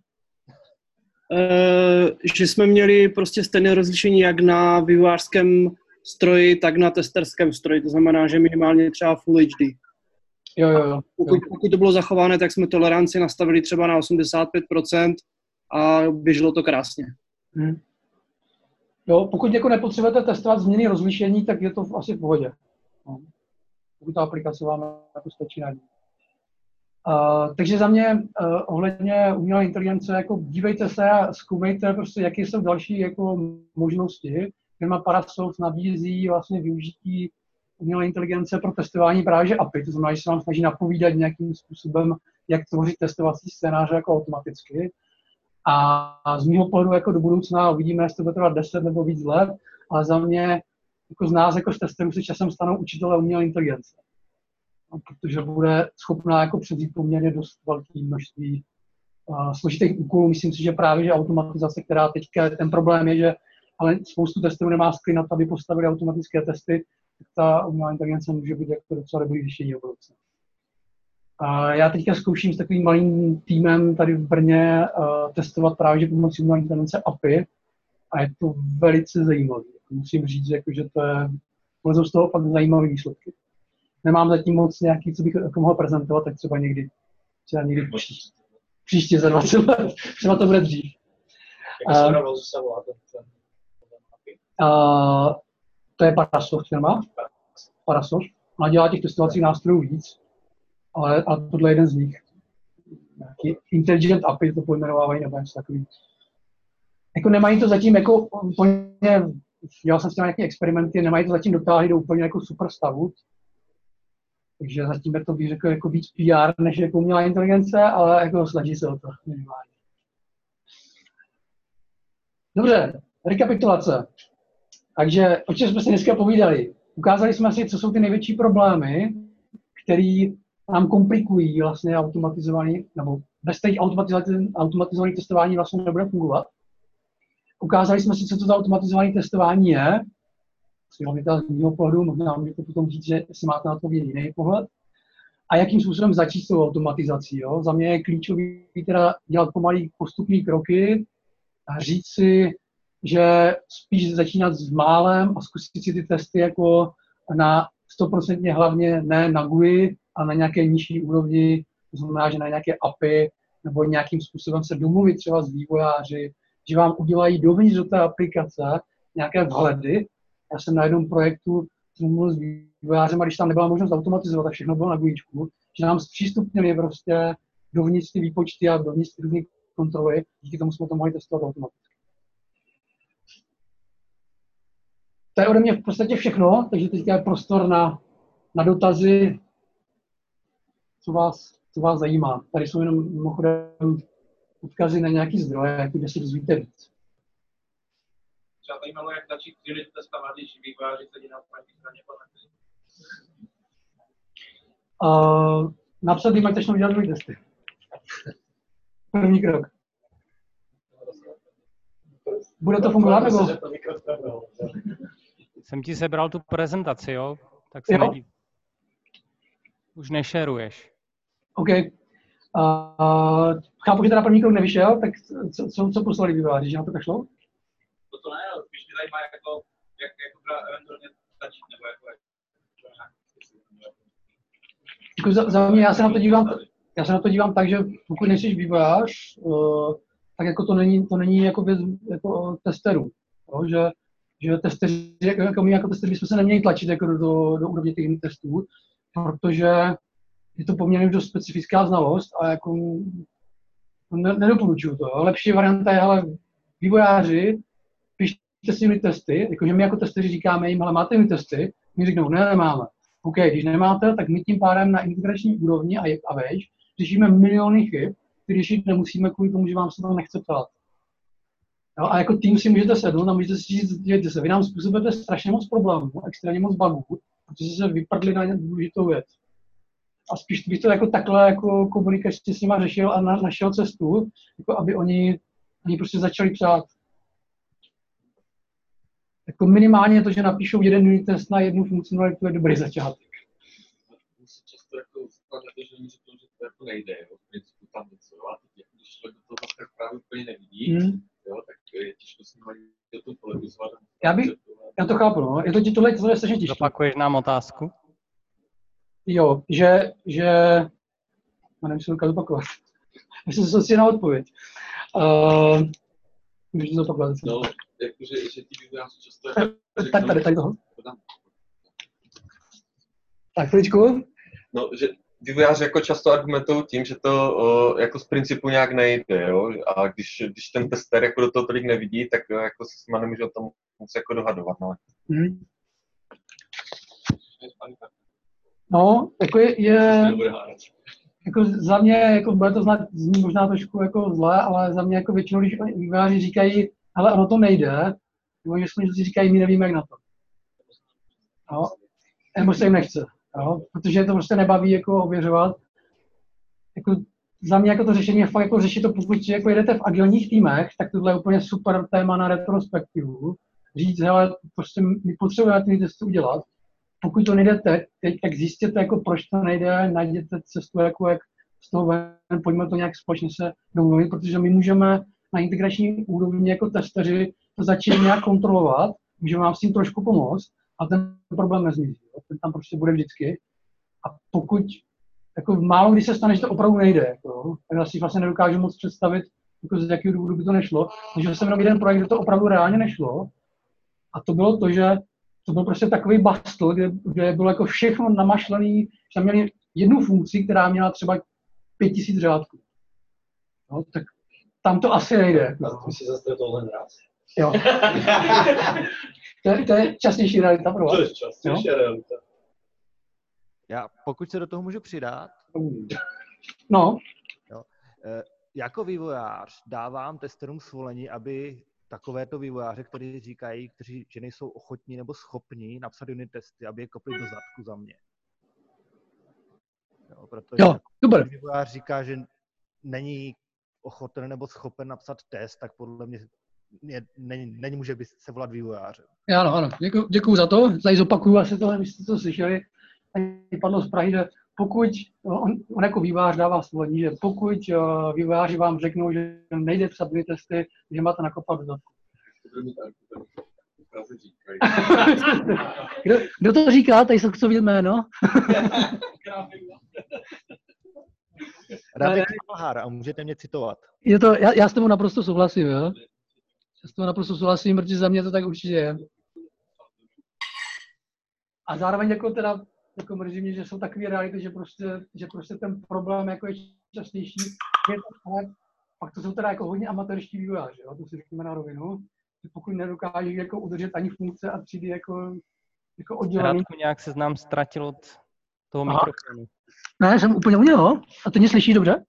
Uh, že jsme měli prostě stejné rozlišení jak na vývojářském stroji, tak na testerském stroji. To znamená, že minimálně třeba Full H D. Jo, jo, jo. Pokud, pokud to bylo zachované, tak jsme toleranci nastavili třeba na osmdesát pět procent a běželo to krásně. Hmm. Jo, pokud jako nepotřebujete testovat změny rozlišení, tak je to asi v pohodě. No. Pokud ta aplikace vám jako stačí na ní. Uh, takže za mě uh, ohledně umělé inteligence, jako dívejte se a zkoumejte prostě, jaké jsou další jako možnosti. Firma Parasoft nabízí vlastně využití umělé inteligence pro testování právě že A P I, to znamená, že se vám snaží napovídat nějakým způsobem, jak tvořit testovací scénáře jako automaticky. A, a z mého pohledu jako do budoucna uvidíme, jestli to bude trvat deset nebo víc let, ale za mě jako z nás jako z testerů se časem stanou učitelé umělé inteligence. No, protože bude schopná jako převzít poměrně dost velké množství uh, složitých úkolů. Myslím si, že právě že automatizace, která teďka, ten problém je, že ale spoustu testerů nemá skry na to, aby postavili automatické testy, tak ta umělá inteligence může být jako docela dobrý řešení do budoucna. Uh, já teďka zkouším s takovým malým týmem tady v Brně uh, testovat právě že pomocí umělé inteligence A P I a je to velice zajímavé. Musím říct, jako, že to je, jsou z toho fakt zajímavé výsledky. Nemám zatím moc nějaký, co bych jako mohl prezentovat, tak třeba někdy, třeba někdy příště, příště za dvacet let, třeba to bude dřív. Jak se jmenovalo, že se volá ten, ten, ten uh, to je Parasoft firma, Parasoft. Ona dělá těch testovacích nástrojů víc, ale a tohle je jeden z nich. Nějaký Intelligent A P I to pojmenovávají nebo něco takový. Jako nemají to zatím jako úplně, dělal jsem s tím nějaké experimenty, nemají to zatím dotáhli do úplně jako super stavu. Takže zatím je to bych řekl jako víc P R než jako umělá inteligence, ale jako snaží se o to minimálně. Dobře, rekapitulace. Takže o čem jsme si dneska povídali? Ukázali jsme si, co jsou ty největší problémy, které nám komplikují vlastně automatizovaný, nebo bez těch automatizované testování vlastně nebude fungovat. Ukázali jsme si, co to za automatizované testování je. Z mého pohledu, možná můžete potom říct, že si máte na to jiný pohled. A jakým způsobem začít s tou automatizací. Jo? Za mě je klíčový teda dělat pomalý postupný kroky a říct si, že spíš začínat s málem a zkusit si ty testy jako na sto procent hlavně ne na G U I, a na nějaké nižší úrovni, to znamená, že na nějaké A P I nebo nějakým způsobem se domluvit třeba s vývojáři, že vám udělají dovnitř do té aplikace nějaké vhledy. Já jsem na jednom projektu mluvil s vývojářem a když tam nebyla možnost automatizovat, tak všechno bylo na GUIčku, že nám zpřístupnili prostě dovnitř ty výpočty a dovnitř ty různé kontroly, díky tomu jsme to mohli testovat automaticky. To je ode mě v podstatě všechno, takže teďka je prostor na, na dotazy, co vás, co vás zajímá. Tady jsou jenom mimochodem odkazy na nějaký zdroje, kde se dozvíte víc. Třeba zajímalo, jak začít unit testovat, když vývojáři sedí na opačné straně planety. Uh, napsat jim, ať začnou dělat druhý testy. První krok. Bude to fungovat, nebo? Jsem ti sebral tu prezentaci, jo? Tak se jo? nedí. Už nešeruješ. OK. Uh, chápu, že teda první krok nevyšel, tak co, co, co poslali vývojáři, že na to tak šlo? To to ne, ale spíš mě zajímá, jako, jak jako eventuálně začít, nebo jako, jako za, za mě, já se na to dívám, já se na to dívám tak, že pokud nejsi vývojář, uh, tak jako to není, to není jako věc jako testerů, jo? Že, že testeři, jako my jako testeři bychom se neměli tlačit jako do, do, do úrovně těch testů, protože je to poměrně dost specifická znalost a jako ne, nedoporučuju to. Jo? Lepší varianta je, ale vývojáři, pište si unit testy, jakože my jako testeři říkáme jim, ale máte unit testy, my řeknou, ne, nemáme. OK, když nemáte, tak my tím pádem na integrační úrovni a, a veš řešíme miliony chyb, které řešit nemusíme kvůli tomu, že vám se to nechce ptát. Jo, a jako tým si můžete sednout a můžete si říct, že se, vy nám způsobujete strašně moc problémů, extrémně moc bugů, protože se vyprdli na důležitou věc. A spíš bych to jako takhle jako komunikačně s nima řešil a na, našel cestu, jako aby oni, oni prostě začali psát. Jako minimálně to, že napíšou jeden unit test na jednu funkcionalitu, je dobrý začátek. Musí často jako zakládat, že oni řeknou, že to jako nejde, jo, v principu tam něco, a teď když člověk do toho zase právě úplně nevidí, hmm. jo, tak je těžko s nimi do toho polemizovat. Já, by, já to chápu, no. Je to ti tohle, tohle je strašně těžké. Zopakuješ nám otázku? Jo, že, že, já nevím, si to zopakovat. Já jsem se soustředil na odpověď. Uh, můžu to zopakovat. No, jakože, že ti vývojáři často... Tak tady, tady toho. Tak, chviličku. No, že vývojáři jako často argumentují tím, že to o, jako z principu nějak nejde, jo? A když, když ten tester jako do toho tolik nevidí, tak jako se s nima nemůže o tom moc jako dohadovat, no. Hmm. No, jako je, je jako za mě, jako bude to znát, zní možná trošku jako zlé, ale za mě jako většinou, když vývojáři říkají, hele, ono to nejde, nebo že si říkají, my nevíme, jak na to. No, nebo se jim nechce, jo? Protože to prostě nebaví jako ověřovat. Jako, za mě jako to řešení je fakt jako řešit to, pokud jako jedete v agilních týmech, tak tohle je úplně super téma na retrospektivu. Říct, hele, prostě my potřebujeme ty testy udělat. Pokud to nejde teď, teď, tak zjistěte, jako proč to nejde, najděte cestu, jako jak z toho ven, pojďme to nějak společně se domluvit, protože my můžeme na integrační úrovni jako testeři to začít nějak kontrolovat, můžeme vám s tím trošku pomoct a ten problém nezmizí, ten tam prostě bude vždycky. A pokud jako málo kdy se stane, že to opravdu nejde, jako, tak já si vlastně nedokážu moc představit, jako z jakého důvodu by to nešlo, takže jsem měl jeden projekt, kde to opravdu reálně nešlo a to bylo to, že to byl prostě takový bastl, kde, kde bylo jako všechno namašlený, že tam měli jednu funkci, která měla třeba pět tisíc řádků. No, tak tam to asi nejde. No. A ty si zase tohle rád. Jo. to, je, to je častější realita pro vás. To je častější realita. Já, pokud se do toho můžu přidat. No. Jo. E, jako vývojář dávám testerům svolení, aby takovéto vývojáře, kteří říkají, kteří, že nejsou ochotní nebo schopní napsat unit testy, aby je kopli do zadku za mě. Jo, protože jo, super. Vývojář říká, že není ochoten nebo schopen napsat test, tak podle mě je, není, není může by se volat vývojáře. Ano, ano. Děkuju, děkuju za to. Tady zopakuju asi tohle, když jste to slyšeli. Tady padlo z Prahy, že pokud on, on jako vývojář dává svolení, že pokud uh, vývojáři vám řeknou, že nejde psat unit testy, že máte nakopat do zadku. kdo, kdo to říká? Tady se chce vidět jméno. Radek Malhár, a můžete mě citovat. Je to, já, já s tomu naprosto souhlasím, jo? Já s tomu naprosto souhlasím, protože za mě to tak určitě je. A zároveň jako teda, jako mrzí mě, že jsou takové reality, že prostě, že prostě ten problém jako je častější, je to, ale pak to jsou teda jako hodně amatérští vývojáři, jo? To si řekněme na rovinu. Pokud nedokáží jako udržet ani funkce a třídy jako, jako oddělený. Radku, nějak se znám ztratil od toho Aha. mikrofonu. Ne, jsem úplně u něho. A ty mě slyšíš dobře?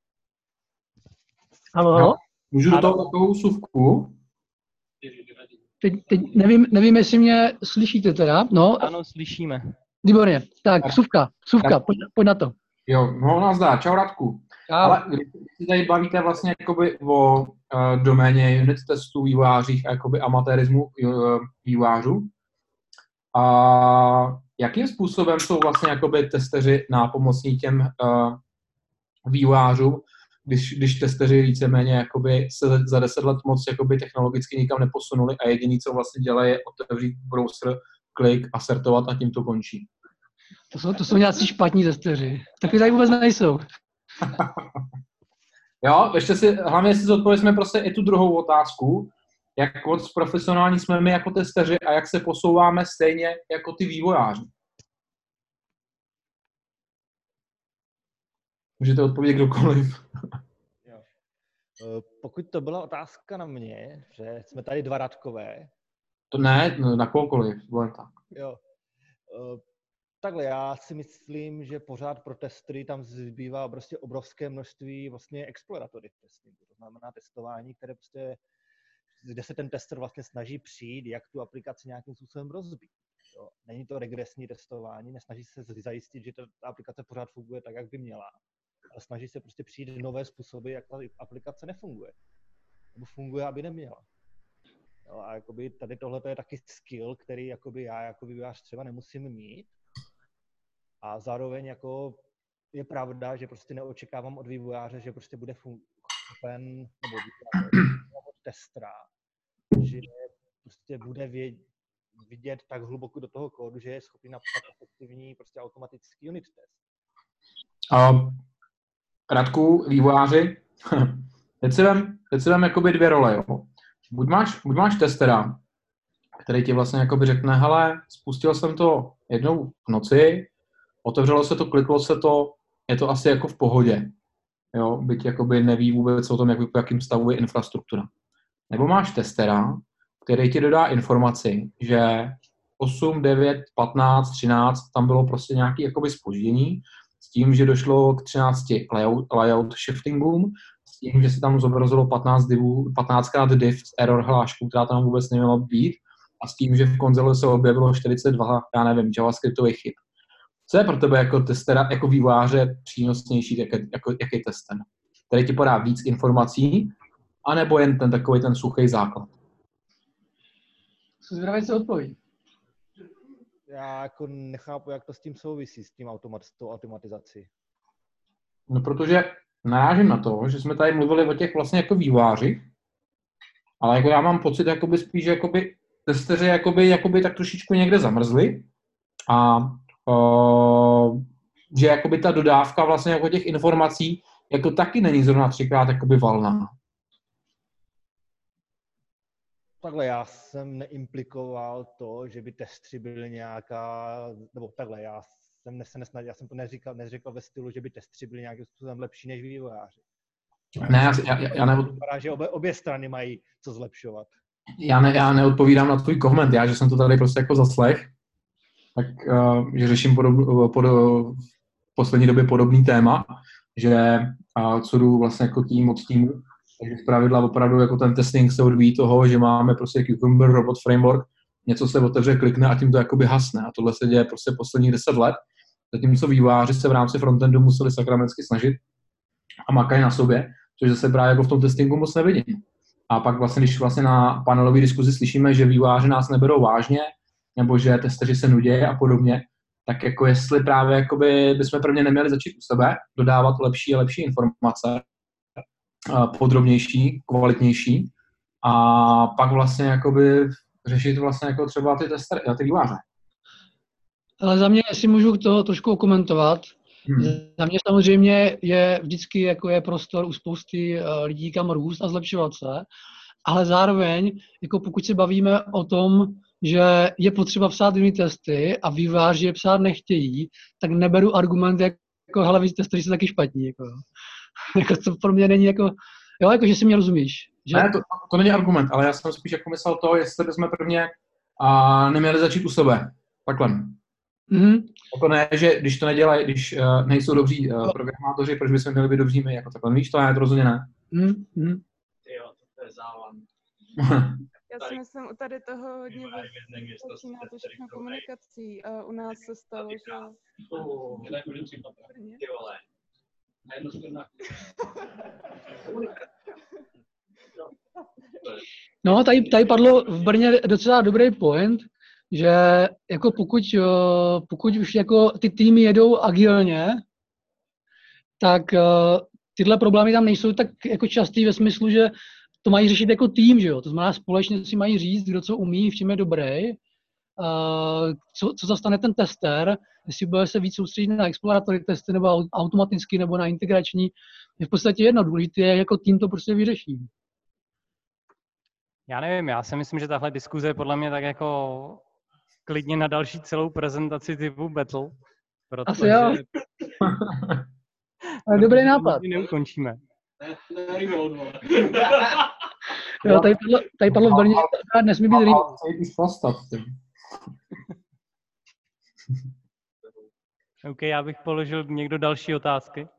Halo, halo? Můžu do toho takovou suvku? Teď, teď nevím, nevím, jestli mě slyšíte teda. No. Ano, slyšíme. Výborně. Tak, suvka, suvka, pojď, pojď na to. Jo, no nazdar, čau Radku. Čau. Ale když si tady bavíte vlastně jakoby o uh, doméně unit testů, vývojářích a jakoby amatérismu uh, vývojářů, a jakým způsobem jsou vlastně jakoby testeři nápomocní těm uh, vývojářům, když, když testeři víceméně jakoby se za deset let moc jakoby technologicky nikam neposunuli a jediný, co vlastně dělají, je otevřít browser, klik a sortovat a tím to končí. To jsou, to jsou nějací špatní testeři. Taky tady vůbec nejsou. Jo, ještě si, hlavně si zodpovězme prostě i tu druhou otázku, jak moc profesionální jsme my jako testeři a jak se posouváme stejně jako ty vývojáři. Můžete odpovědět kdokoliv. Jo. Pokud to byla otázka na mě, že jsme tady dva Radkové. To ne, na kohokoliv, budem tak. Jo. Takhle, já si myslím, že pořád pro testery tam zbývá prostě obrovské množství vlastně exploratory testingu. To znamená testování, které prostě, kde se ten tester vlastně snaží přijít, jak tu aplikaci nějakým způsobem rozbít. Jo. Není to regresní testování, nesnaží se zajistit, že ta aplikace pořád funguje tak, jak by měla. Ale snaží se prostě přijít nové způsoby, jak ta aplikace nefunguje. Nebo funguje, aby neměla. Jo, a jakoby tady tohle je taky skill, který jakoby já jako vývojář třeba nemusím mít. A zároveň jako je pravda, že prostě neočekávám od vývojáře, že prostě bude schopen, nebo od testera, že prostě bude vidět tak hluboko do toho kódu, že je schopný napsat efektivní prostě automatický unit test. Uh, Radku, vývojáři, teď si vem, teď si vem jakoby dvě role, jo. Buď máš, buď máš testera, který ti vlastně jakoby řekne, hele, spustil jsem to jednou v noci, otevřelo se to, kliklo se to, je to asi jako v pohodě. Jo, byť jakoby neví vůbec o tom, jak, v jakým stavu je infrastruktura. Nebo máš testera, který ti dodá informaci, že osm, devět, patnáct, třináct, tam bylo prostě nějaké jakoby zpoždění, s tím, že došlo k třinácti layout, layout shiftingům, s tím, že se tam zobrazilo patnáct divů, patnáctkrát div s error hláškou, která tam vůbec neměla být, a s tím, že v konzoli se objevilo čtyřicet dva, já nevím, javascriptových chyb. Co je pro tebe jako testera, jako vývojáře přínosnější, jak, jako, jaký tester? Který ti podá víc informací, anebo jen ten takový ten suchý základ? Jsem zvědavý, co odpoví. Já jako nechápu, jak to s tím souvisí, s tím automat, s tou automatizací. No, protože narážím na to, že jsme tady mluvili o těch vlastně jako vývojářích, ale jako já mám pocit, jakoby spíš, že jakoby testeři jakoby, jakoby tak trošičku někde zamrzli a uh, že jakoby ta dodávka vlastně jako těch informací jako taky není zrovna třikrát jakoby valná. Takhle, já jsem neimplikoval to, že by testři byli nějaká, nebo takhle, já jsem se nesnažil, já jsem to neříkal, neříkal ve stylu, že by testři byli nějakým způsobem lepší než vývojáři. Ne, já, já, já ne... Vypadá, že obě, obě strany mají co zlepšovat. Já, ne, já neodpovídám na tvůj koment, já, že jsem to tady prostě jako zaslech, tak uh, že řeším podob, pod, v poslední době podobný téma, že uh, co jdu vlastně jako tým od týmu, takže z pravidla opravdu jako ten testing se odvíjí toho, že máme prostě Cucumber, Robot Framework, něco se otevře, klikne a tím to jakoby hasne. A tohle se děje prostě posledních deset let. Zatímco vývojáři se v rámci frontendu museli sakramensky snažit a makají na sobě, což zase právě jako v tom testingu moc nevidím. A pak vlastně, když vlastně na panelové diskuzi slyšíme, že vývojáři nás neberou vážně, nebo že testeři se nudí a podobně, tak jako jestli právě jakoby bychom prvně neměli začít u sebe, dodávat lepší a lepší informace, podrobnější, kvalitnější, a pak vlastně jakoby řešit vlastně jako třeba ty testery, ty vývojáře. Ale za mě, jestli můžu to trošku komentovat, hmm. za mě samozřejmě je vždycky jako je prostor u spousty lidí, kam růst a zlepšovat se, ale zároveň, jako pokud se bavíme o tom, že je potřeba psát unit testy a vývojáři je psát nechtějí, tak neberu argument jako, hele, vy testeři jsou taky špatní. Jako. Jako to pro mě není jako, jo, jako že si mě rozumíš. Že... Ne, to, to není argument, ale já jsem spíš jako myslel to, jestli bychom prvně a neměli začít u sebe. Takhle. Mm-hmm. Jako ne, že když to nedělají, když uh, nejsou dobří uh, programátoři, proč bychom měli být dobří my, jako takhle. Víš to, ne, to rozhodně ne. Mm-hmm. Jo, to je závan. Já si myslím, u tady toho hodně začíná to všechno komunikací. A u nás se stalo, že... Oh, je tak budem případ. Ty vole. A jedno skrna. No, tady, tady padlo v Brně docela dobrý point, že jako pokud, pokud už jako ty týmy jedou agilně, tak tyhle problémy tam nejsou tak jako častý ve smyslu, že to mají řešit jako tým, že jo? To znamená, společně si mají říct, kdo co umí, v čem je dobrý, co, co zastane ten tester, jestli bude se víc soustředit na exploratory testy nebo automaticky nebo na integrační, je v podstatě jedno, důležité je, jako tým to prostě vyřeší. Já nevím, já si myslím, že tahle diskuze je podle mě tak jako klidně na další celou prezentaci typu Battle. Asi jo. Ale dobrý nápad. Neukončíme. Jo, tady padlo, tady padlo v Brně, nesmí být remote. OK, já bych položil někdo další otázky.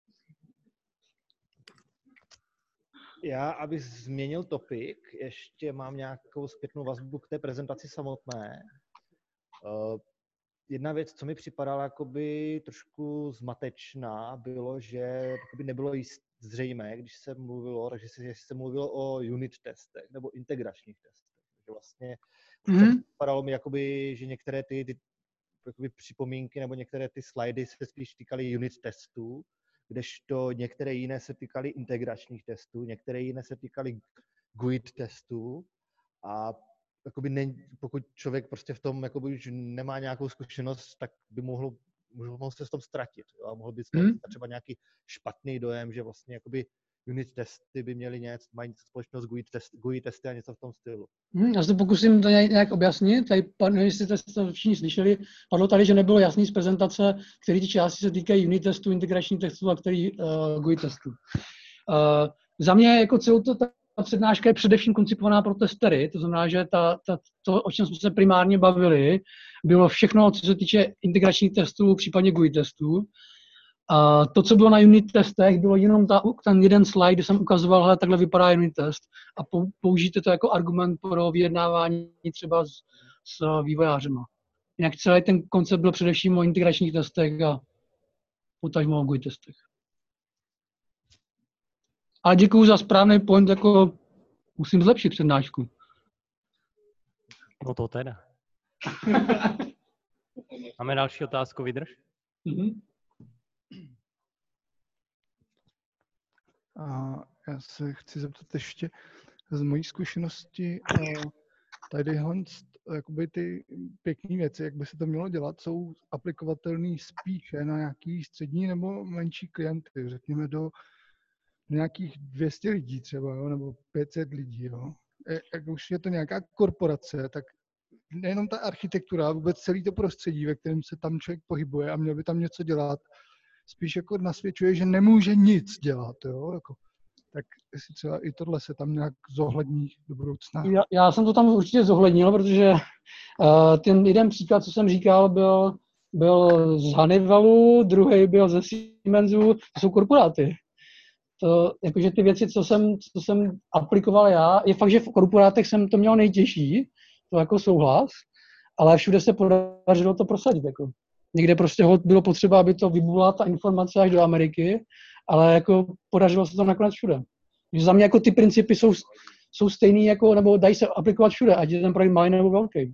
Já, abych změnil topik, ještě mám nějakou zpětnou vazbu k té prezentaci samotné. Uh, jedna věc, co mi připadala jakoby trošku zmatečná, bylo, že jakoby nebylo jist, zřejmé, když se mluvilo, takže se, se mluvilo o unit testech nebo integračních testech. Takže vlastně mm. připadalo mi, jakoby, že některé ty, ty jakoby připomínky nebo některé ty slajdy se spíš týkaly unit testů, kdežto některé jiné se týkaly integračních testů, některé jiné se týkaly G U I T testů a jakoby ne, pokud člověk prostě v tom jakoby už nemá nějakou zkušenost, tak by mohlo, mohl se v tom ztratit. Jo? A mohl by hmm. třeba nějaký špatný dojem, že vlastně jakoby unit testy by měly něco, mají něco společného s G U I, test, G U I testy a něco v tom stylu. Hmm, já se to pokusím to nějak objasnit. Tady, jestli jste to všichni slyšeli, padlo tady, že nebylo jasný z prezentace, které ty části se týkají unit testů, integračních testů a který uh, G U I testů. Uh, za mě jako celou to, ta přednáška je především koncipovaná pro testery, to znamená, že ta, ta, to, o čem jsme se primárně bavili, bylo všechno, co se týče integračních testů, případně G U I testů. A to, co bylo na unit testech, bylo jenom ta, ten jeden slide, kde jsem ukazoval, hele, takhle vypadá unit test a použijte to jako argument pro vyjednávání třeba s, s vývojářema. Jinak celý ten koncept byl především o integračních testech a potažmo o G U I testech. Ale děkuju za správný point, jako musím zlepšit přednášku. No to teda. Máme další otázku, vydrž? Mm-hmm. A já se chci zeptat ještě z mojí zkušenosti, tadyhle jakoby ty pěkné věci, jak by se to mělo dělat, jsou aplikovatelné spíše na nějaký střední nebo menší klienty, řekněme do nějakých dvě stě lidí třeba, jo, nebo pět set lidí. Jo. Jak už je to nějaká korporace, tak nejenom ta architektura, vůbec celý to prostředí, ve kterém se tam člověk pohybuje a měl by tam něco dělat, spíš jako nasvědčuje, že nemůže nic dělat. Jo, jako. Tak jestli třeba i tohle se tam nějak zohlední do budoucna. Já, já jsem to tam určitě zohlednil, protože uh, ten jeden příklad, co jsem říkal, byl, byl z Honeywellu, druhý byl ze Siemensu, to jsou korporáty. To, jakože ty věci, co jsem, co jsem aplikoval já, je fakt, že v korporátech jsem to měl nejtěžší, to jako souhlas, ale všude se podařilo to prosadit. Jako. Někde prostě bylo potřeba, aby to vybula ta informace až do Ameriky, ale jako podařilo se to nakonec všude. Že za mě jako ty principy jsou, jsou stejný, jako, nebo dají se aplikovat všude, ať je ten projekt malý nebo velký.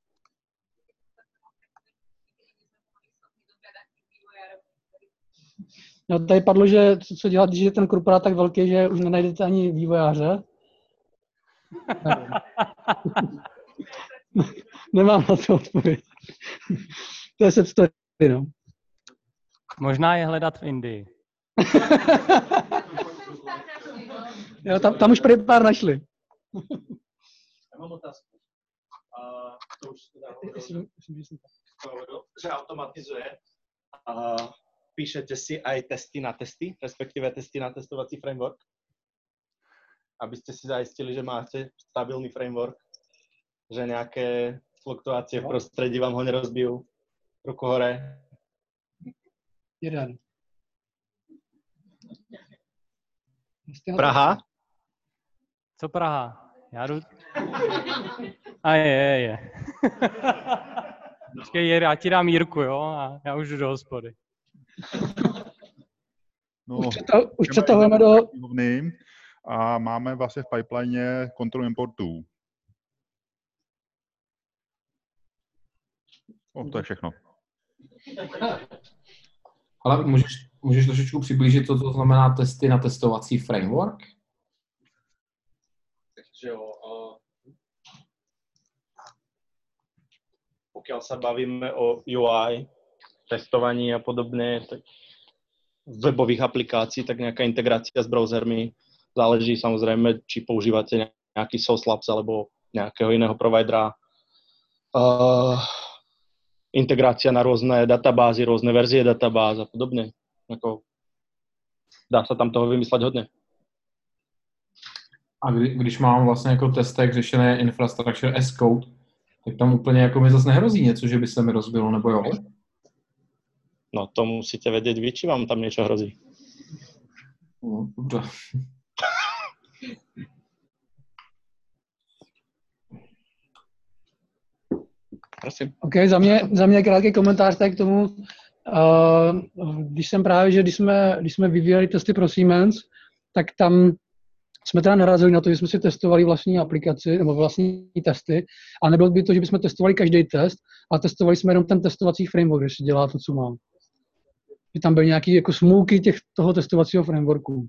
No, tady padlo, že co, co dělat, když je ten korporát tak velký, že už nenajdete ani vývojáře. Nemám na to odpověď. To je set story, no. Možná je hledat v Indii. Jo, tam, tam už prý pár našli. Já mám otázku. A to už hovoril, že automatizuje. A píšete si aj testy na testy, respektíve testy na testovací framework, abyste si zajistili, že máte stabilný framework, že nějaké fluktuácie v prostředí vám ho nerozbijou ruku hore. Jeden. Praha? Co Praha? Já jdu... A je, je, je. Počkej, já ti dám Jirku, jo, a já už jdu do hospody. No, už přetahujeme do... A máme vlastně v pipeline kontrolu importů. O, to je všechno. Ale můžeš, můžeš trošičku přiblížit, co to znamená testy na testovací framework? Takže jo, uh, pokiaľ sa bavíme o U I, testovaní a podobne, tak webových aplikácií, tak nejaká integrácia s browsermi. Záleží samozrejme, či používate nejaký Sauce Labs alebo nejakého iného providera. Uh, integrácia na rôzne databázy, rôzne verzie databáz a podobne. Jako, dá sa tam toho vymyslet hodně. A kdy, když mám vlastně jako testek řešené infrastructure as code, tak tam úplně jako mi zase nehrozí něco, že by se mi rozbilo, nebo jo? No to musíte vědět vy, či vám tam něco hrozí. Prosím. OK, za mě, za mě krátký komentář tady k tomu. Uh, když jsem právě, že když jsme, když jsme vyvíjeli testy pro Siemens, tak tam jsme teda narazili na to, že jsme si testovali vlastní aplikaci nebo vlastní testy a nebylo by to, že bychom testovali každý test, ale testovali jsme jenom ten testovací framework, když dělá to, co má. Že tam byly nějaké jako smůlky těch, toho testovacího frameworku.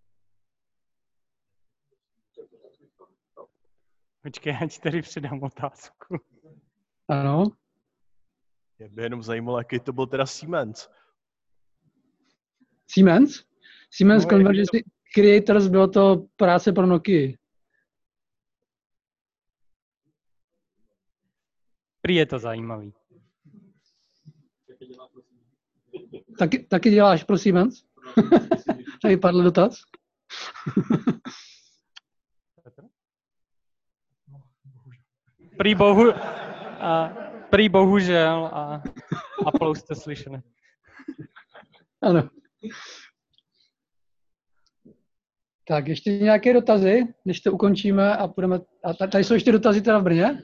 Počkej, já ti tady přidám otázku. Ano. Mě by jenom zajímalo, jaký to byl teda Siemens. Siemens? Siemens No, Convergence Creators, bylo to práce pro Nokia. Prý je to zajímavý. Taky, taky děláš pro Siemens? Tady padl dotaz. Prý bohu... A, prý bohužel a aplaus jste slyšeli. Ano. Tak, ještě nějaké dotazy, než to ukončíme a půjdeme... A tady jsou ještě dotazy teda v Brně?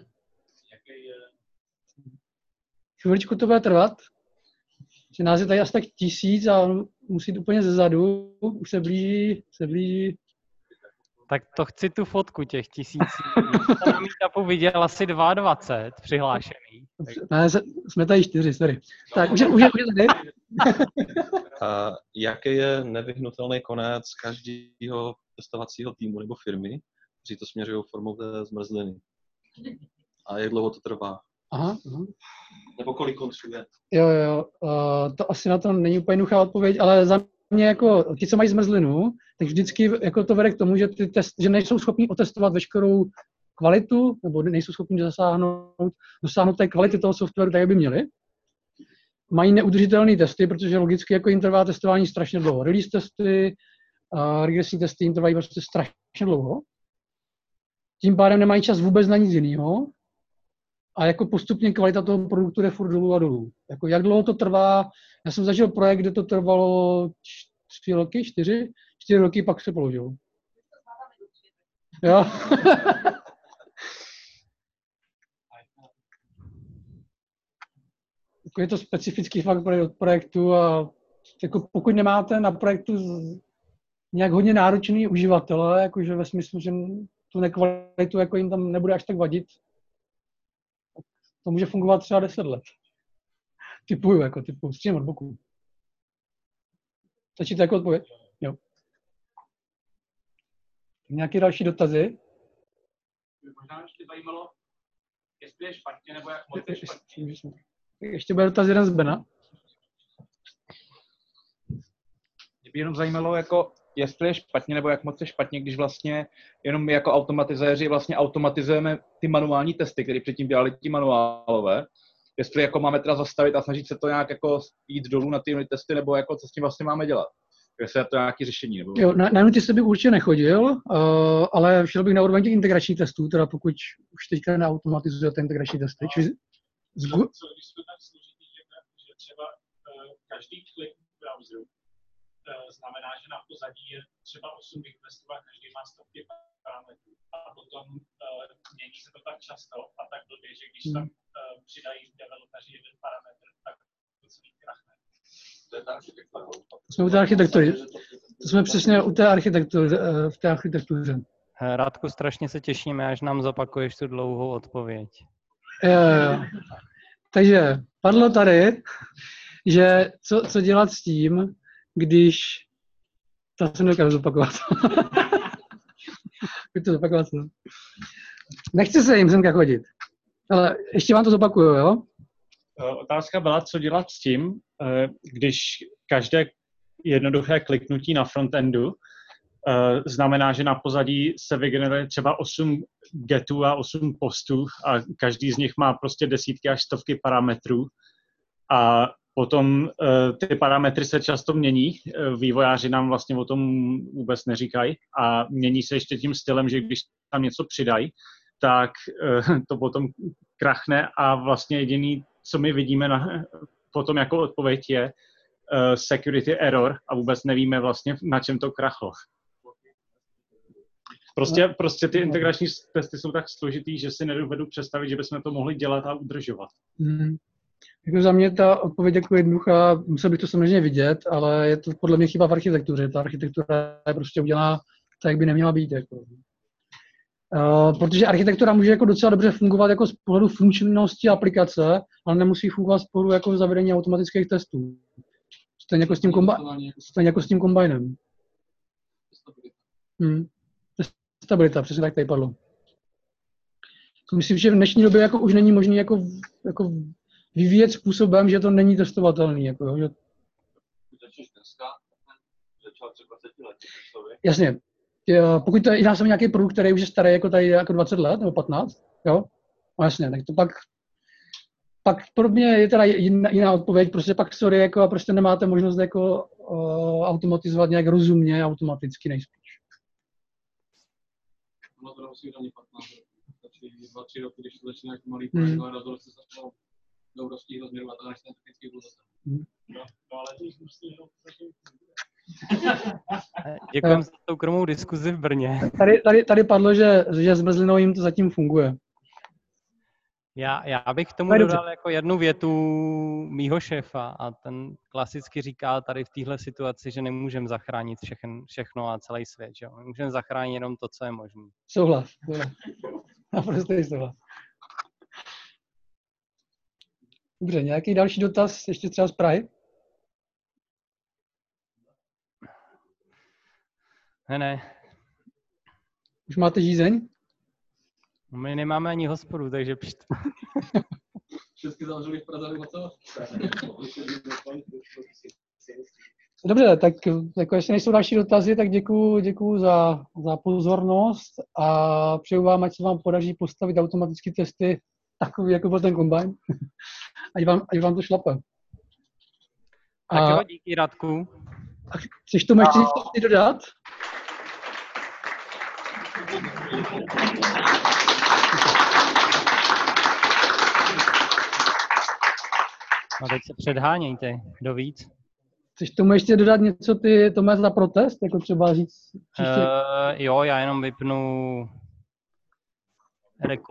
Chviličku to bude trvat. Že nás je tady asi tak tisíc a musí jít úplně zezadu. Už se blíží, se blíží. Tak to chci tu fotku těch tisící. Jsem na meetupu viděl asi dvacet dva přihlášených. Ne, jsme tady čtyři, sorry. Tak, už je, už je, už je tady. A jaký je nevyhnutelný konec každého testovacího týmu nebo firmy, kteří to směřují formou té zmrzliny? A jak dlouho to trvá? Aha, aha. Nebo kolik konců je? Jo, jo, uh, to asi na to není úplně jednoduchá odpověď, ale za mě jako ti, co mají zmrzlinu, tak vždycky jako to vede k tomu, že, ty test, že nejsou schopni otestovat veškerou kvalitu, nebo nejsou schopni zasáhnout, dosáhnout té kvality toho softwaru, tak jak by měli. Mají neudržitelné testy, protože logicky jako jim trvá testování strašně dlouho. Release testy, uh, regresní testy jim trvají prostě strašně dlouho. Tím pádem nemají čas vůbec na nic jiného. A jako postupně kvalita toho produktu jde furt dolů a dolů. Jako jak dlouho to trvá, já jsem zažil projekt, kde to trvalo tři roky, čtyři, čtyři roky, pak se položil. Jo. Jako je to specifický fakt od projektu a jako pokud nemáte na projektu nějak hodně náročný uživatele, jakože ve smyslu, že tu nekvalitu jako jim tam nebude až tak vadit, to může fungovat třeba deset let. Typuju, jako typu, střílím od boku. Stačí to jako odpověď? Jo. Nějaké další dotazy? Možná ještě zajímalo, jestli je špatně, nebo jak moc je špatně. Ještě bude dotaz jeden z Bena. Mě by jenom zajímalo, jako, jestli je špatně, nebo jak moc je špatně, když vlastně jenom my jako automatizéři vlastně automatizujeme ty manuální testy, které předtím dělali ti manuálové. Jestli jako máme teda zastavit a snažit se to nějak jako jít dolů na ty testy, nebo jako co s tím vlastně máme dělat. Jestli je to nějaké řešení. Nebo... Jo, na, na unity bych určitě nechodil, uh, ale šel bych na úroveň těch integračních testů, teda pokud už teďka neautomatizujete integrační testy. Čili z... Co, co když to tak složitý, že, že třeba uh, každý klik v browseru uh, znamená, že na pozadí je třeba osm requestů a každý má stovky parametrů. A potom uh, mění se to tak často a tak blbě, že když tam uh, přidají developeři jeden parametr, tak to celý krachne. To je ta architektura. Jsme u té architektury. To jsme přesně u té architektury, v té architektuře. Radku, strašně se těšíme, až nám zopakuješ tu dlouhou odpověď. Jo, jo. Takže padlo tady, že co, co dělat s tím, když... To se nedokážu zopakovat. Pojď to zopakovat. Nechci se jim semka chodit. Ale ještě vám to zopakuju, jo? Otázka byla, co dělat s tím, když každé jednoduché kliknutí na frontendu znamená, že na pozadí se vygeneruje třeba osm getů a osm postů a každý z nich má prostě desítky až stovky parametrů a potom ty parametry se často mění, vývojáři nám vlastně o tom vůbec neříkají a mění se ještě tím stylem, že když tam něco přidají, tak to potom krachne a vlastně jediný, co my vidíme na potom jako odpověď je uh, security error a vůbec nevíme vlastně, na čem to krachlo. Prostě, prostě ty integrační testy jsou tak složitý, že si nedovedu představit, že bychom to mohli dělat a udržovat. Hmm. Jako za mě ta odpověď jako jednoduchá, musel bych to samozřejmě vidět, ale je to podle mě chyba v architektuře. Ta architektura je prostě udělaná tak, jak by neměla být. Jako. Uh, protože architektura může jako docela dobře fungovat jako z pohledu funkčnosti aplikace, ale nemusí fungovat z pohledu jako zavedení automatických testů. Stejně jako s tím, kombi- stejně jako s tím kombinem. Hmm. Stabilita, přesně tak tady padlo. Myslím, že v dnešní době jako už není možné jako, jako vyvíjet způsobem, že to není testovatelný. Jako, že... Jasně. Pokud to jedná se o nějaký produkt, který už je starý jako tady jako dvacet let nebo patnáct, jo? No jasně, tak to pak, pak pro mě je teda jiná, jiná odpověď, prostě pak sorry, jako a prostě nemáte možnost jako uh, automatizovat nějak rozumně, automaticky nejspíš. Ono to nemusí být ani patnáct roků. Stačí dva, tři roky, když to začne jako malý Hmm. projekt, ale rozhodl se začnou do obrovských rozměrů a to než ten technický byl zase. Hmm. No, no ale když musí jenom Děkujeme za soukromou diskuzi v Brně. Tady, tady, tady padlo, že, že s brzlinou jim to zatím funguje. Já, já bych k tomu No, dodal dobře. jako jednu větu mýho šéfa a ten klasicky říká tady v téhle situaci, že nemůžeme zachránit všechno, všechno a celý svět. Že? Můžeme zachránit jenom to, co je možné. Souhlas. souhlas. Naprostý souhlas. Dobře, nějaký další dotaz, ještě třeba z Prahy? Ne, ne. Už máte žízeň? My nemáme ani hospodu, takže pšt. Všechny zavřeli v Praze nebo co? Dobře, tak jako jestli nejsou další dotazy, tak děkuju, děkuju za, za pozornost a přeju vám, ať se vám podaří postavit automatické testy takový, jako byl ten kombajn. ať, vám, ať vám to šlape. Tak A, jo, díky Radku. a chceš tomu ještě něco dodat? A teď se předhánějte, kdo víc. Chceš tomu ještě dodat něco ty, Tome, za protest? Jako třeba říct příště? Uh, jo, já jenom vypnu rekord.